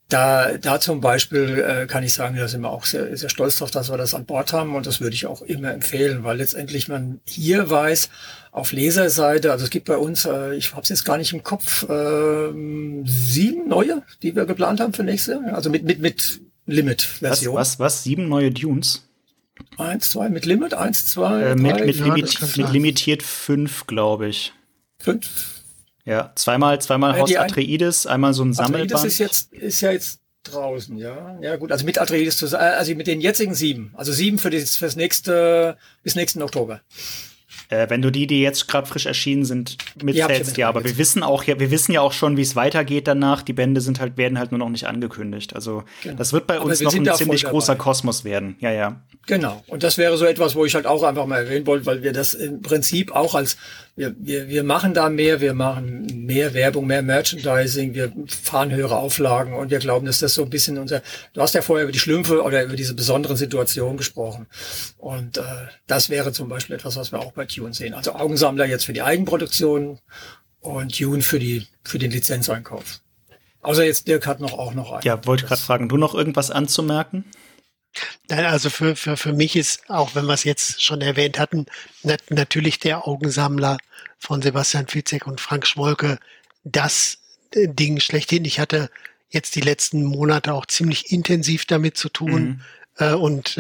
Da zum Beispiel kann ich sagen, da sind wir auch sehr, sehr stolz drauf, dass wir das an Bord haben und das würde ich auch immer empfehlen, weil letztendlich man hier weiß, auf Leserseite, also es gibt bei uns, ich habe es jetzt gar nicht im Kopf, 7 neue, die wir geplant haben für nächste Jahr, also mit Limit-Version. Was? 7 neue Dunes? 1, 2, mit Limit, 1, 2, 3. Mit limitiert 5, glaube ich. 5? Ja, zweimal Haus Atreides, einmal so ein Sammelband. Atreides ist ja jetzt draußen, ja. Ja gut, also mit Atreides, also mit den jetzigen 7. Also 7 fürs nächste, bis nächsten Oktober. Wenn du die jetzt gerade frisch erschienen sind, mitzählst, ja, aber wir wissen ja auch schon, wie es weitergeht danach. Die Bände werden halt nur noch nicht angekündigt. Also genau. Das wird bei uns noch ein ziemlich großer Kosmos werden. Ja, ja. Genau. Und das wäre so etwas, wo ich halt auch einfach mal erwähnen wollte, weil wir das im Prinzip auch wir machen da mehr, wir machen mehr Werbung, mehr Merchandising, wir fahren höhere Auflagen und wir glauben, dass das so ein bisschen du hast ja vorher über die Schlümpfe oder über diese besonderen Situationen gesprochen. Und das wäre zum Beispiel etwas, was wir auch bei Dune sehen. Also Augensammler jetzt für die Eigenproduktion und Dune für den Lizenzeinkauf. Außer jetzt Dirk hat auch noch einen. Ja, wollte gerade fragen, du noch irgendwas anzumerken? Nein, also für mich ist, auch wenn wir es jetzt schon erwähnt hatten, natürlich der Augensammler von Sebastian Fitzek und Frank Schmolke das Ding schlechthin. Ich hatte jetzt die letzten Monate auch ziemlich intensiv damit zu tun und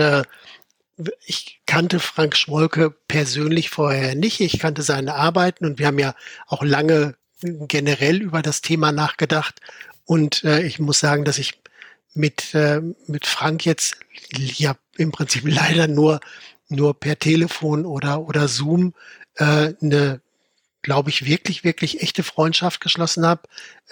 ich kannte Frank Schmolke persönlich vorher nicht. Ich kannte seine Arbeiten und wir haben ja auch lange generell über das Thema nachgedacht. Und ich muss sagen, dass ich mit Frank jetzt ja im Prinzip leider nur per Telefon oder Zoom eine, glaube ich, wirklich echte Freundschaft geschlossen habe.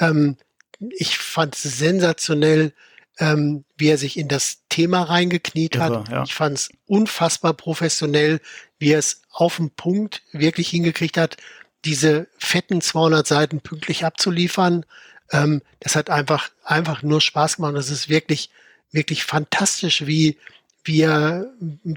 Ich fand es sensationell, wie er sich in das Thema reingekniet hat. Ja. Ich fand es unfassbar professionell, wie er es auf den Punkt wirklich hingekriegt hat, diese fetten 200 Seiten pünktlich abzuliefern. Das hat einfach nur Spaß gemacht. Das ist wirklich fantastisch, wie er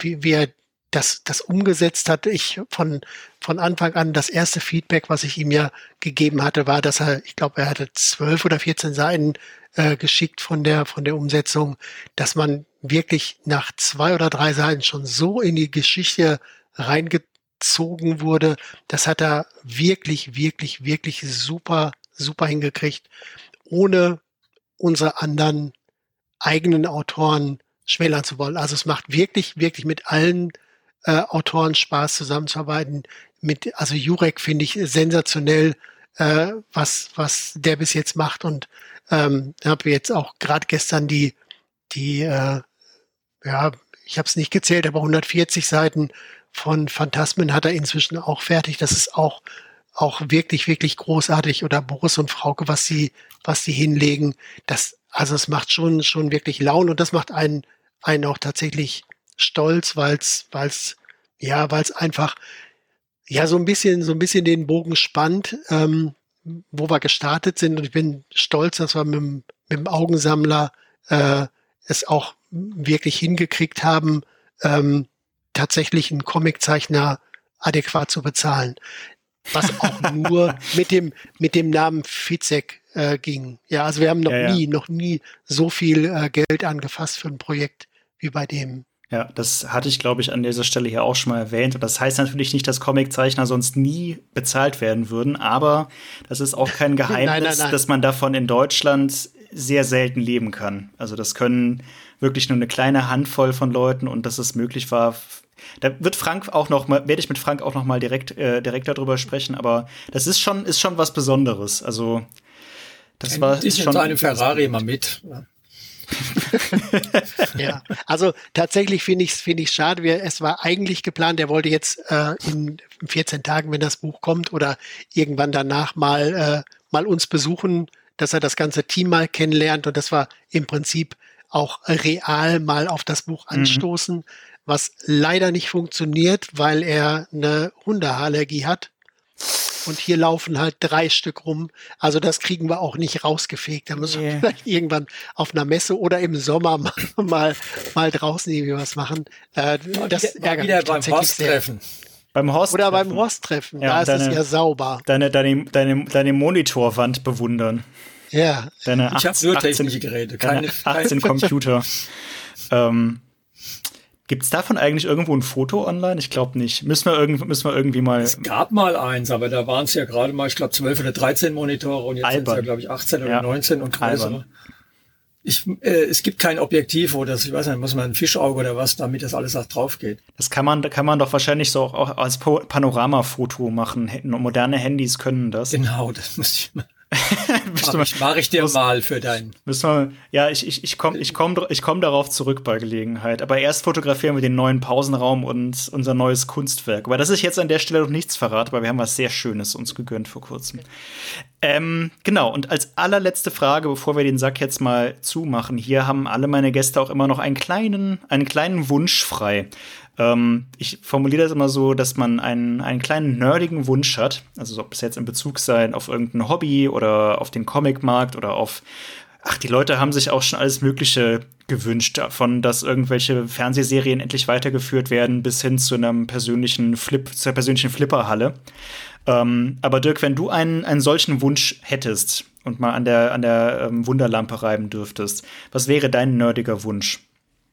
das umgesetzt hat. Ich von Anfang an, das erste Feedback, was ich ihm ja gegeben hatte, war, dass ich glaube, er hatte 12 oder 14 Seiten geschickt von der Umsetzung, dass man wirklich nach 2 oder 3 Seiten schon so in die Geschichte reingezogen wurde. Das hat er wirklich super hingekriegt, ohne unsere anderen eigenen Autoren schmälern zu wollen. Also es macht wirklich mit allen Autoren Spaß, zusammenzuarbeiten. Also Jurek finde ich sensationell, was der bis jetzt macht. Und habe jetzt auch gerade gestern die ich habe es nicht gezählt, aber 140 Seiten von Phantasmen hat er inzwischen auch fertig. Das ist auch wirklich großartig. Oder Boris und Frauke, was sie hinlegen. Es macht schon wirklich Laune und das macht einen auch tatsächlich stolz, weil's einfach so ein bisschen den Bogen spannt, wo wir gestartet sind. Und ich bin stolz, dass wir mit dem Augensammler es auch wirklich hingekriegt haben, tatsächlich einen Comiczeichner adäquat zu bezahlen. Was auch nur mit dem Namen Fitzek ging. Ja, also wir haben noch nie so viel Geld angefasst für ein Projekt wie bei dem. Ja, das hatte ich, glaube ich, an dieser Stelle hier auch schon mal erwähnt. Und das heißt natürlich nicht, dass Comiczeichner sonst nie bezahlt werden würden. Aber das ist auch kein Geheimnis, nein. Dass man davon in Deutschland sehr selten leben kann. Also das können wirklich nur eine kleine Handvoll von Leuten. Und dass es möglich war, da werde ich mit Frank auch noch mal direkt darüber sprechen. Aber das ist schon was Besonderes. Also das war schon in einem Ferrari mal mit. Ja. Ja, also tatsächlich finde ich schade. Es war eigentlich geplant, er wollte jetzt in 14 Tagen, wenn das Buch kommt oder irgendwann danach mal uns besuchen, dass er das ganze Team mal kennenlernt und das war im Prinzip auch real mal auf das Buch anstoßen, was leider nicht funktioniert, weil er eine Hundeallergie hat. Und hier laufen halt 3 Stück rum. Also das kriegen wir auch nicht rausgefegt. Da müssen wir vielleicht irgendwann auf einer Messe oder im Sommer mal draußen irgendwie was machen. Das ärgert mich beim Horst-Treffen. Beim Horst-Treffen. Ja, da ist es ja sauber. Deine Monitorwand bewundern. Ja. Deine ich habe nur technische Geräte, keine 18 Computer. Gibt es davon eigentlich irgendwo ein Foto online? Ich glaube nicht. Müssen wir irgendwie mal... Es gab mal eins, aber da waren es ja gerade mal, ich glaube, 12 oder 13 Monitore und jetzt sind es ja, glaube ich, 18 oder 19 und größere. Es gibt kein Objektiv, wo das, ich weiß nicht, muss man ein Fischauge oder was, damit das alles auch drauf geht. Da kann man doch wahrscheinlich so auch als Panoramafoto machen. Moderne Handys können das. Genau, das muss ich mal. Mach ich dir mal für deinen. Ich komm darauf zurück bei Gelegenheit. Aber erst fotografieren wir den neuen Pausenraum und unser neues Kunstwerk. Aber das ist jetzt an der Stelle noch nichts verraten, weil wir haben was sehr Schönes uns gegönnt vor kurzem. Genau, und als allerletzte Frage, bevor wir den Sack jetzt mal zumachen, hier haben alle meine Gäste auch immer noch einen kleinen Wunsch frei. Ich formuliere das immer so, dass man einen kleinen nerdigen Wunsch hat, also ob es jetzt in Bezug sein auf irgendein Hobby oder auf den Comicmarkt oder auf die Leute haben sich auch schon alles Mögliche gewünscht, davon, dass irgendwelche Fernsehserien endlich weitergeführt werden, bis hin zu einer persönlichen Flipperhalle. Aber Dirk, wenn du einen solchen Wunsch hättest und mal an der Wunderlampe reiben dürftest, was wäre dein nerdiger Wunsch?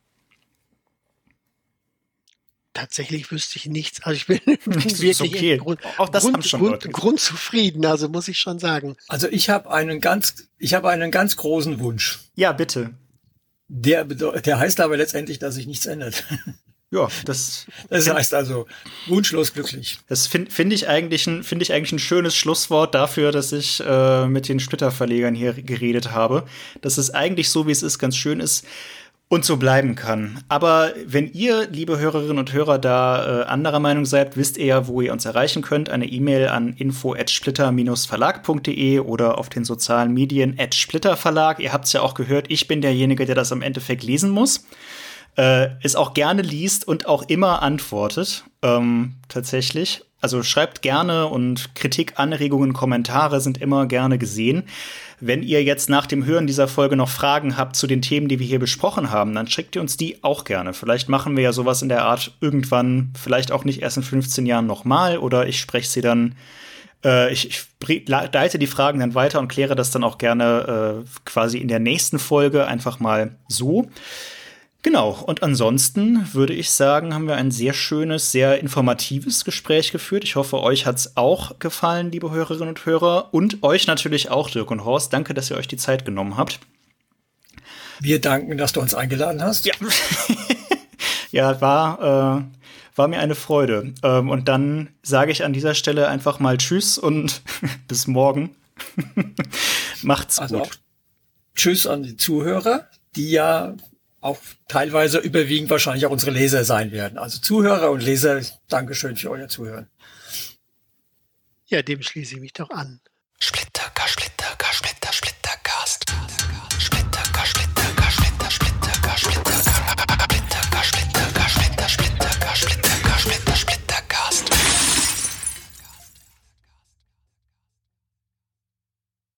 Tatsächlich wüsste ich nichts. Also ich bin wirklich okay. grundzufrieden, also muss ich schon sagen. Also ich habe einen ganz großen Wunsch. Ja, bitte. Der heißt aber letztendlich, dass sich nichts ändert. Ja, das heißt also wunschlos glücklich. Das finde ich eigentlich ein schönes Schlusswort dafür, dass ich mit den Splitterverlegern hier geredet habe. Dass es eigentlich so, wie es ist, ganz schön ist. Und so bleiben kann. Aber wenn ihr, liebe Hörerinnen und Hörer, da anderer Meinung seid, wisst ihr ja, wo ihr uns erreichen könnt. Eine E-Mail an info@splitter-verlag.de oder auf den sozialen Medien @splitterverlag. Ihr habt es ja auch gehört, ich bin derjenige, der das am Endeffekt lesen muss. Es auch gerne liest und auch immer antwortet. Tatsächlich. Also schreibt gerne und Kritik, Anregungen, Kommentare sind immer gerne gesehen. Wenn ihr jetzt nach dem Hören dieser Folge noch Fragen habt zu den Themen, die wir hier besprochen haben, dann schickt ihr uns die auch gerne. Vielleicht machen wir ja sowas in der Art irgendwann, vielleicht auch nicht erst in 15 Jahren nochmal, oder ich spreche sie dann, ich leite die Fragen dann weiter und kläre das dann auch gerne quasi in der nächsten Folge einfach mal so. Genau, und ansonsten würde ich sagen, haben wir ein sehr schönes, sehr informatives Gespräch geführt. Ich hoffe, euch hat's auch gefallen, liebe Hörerinnen und Hörer. Und euch natürlich auch, Dirk und Horst. Danke, dass ihr euch die Zeit genommen habt. Wir danken, dass du uns eingeladen hast. Ja, ja, war mir eine Freude. Und dann sage ich an dieser Stelle einfach mal Tschüss und bis morgen. Macht's gut. Auch Tschüss an die Zuhörer, die ja auch teilweise überwiegend wahrscheinlich auch unsere Leser sein werden. Also Zuhörer und Leser, Dankeschön für euer Zuhören. Ja, dem schließe ich mich doch an. Splitter, Splitter, Splitter, Splitter.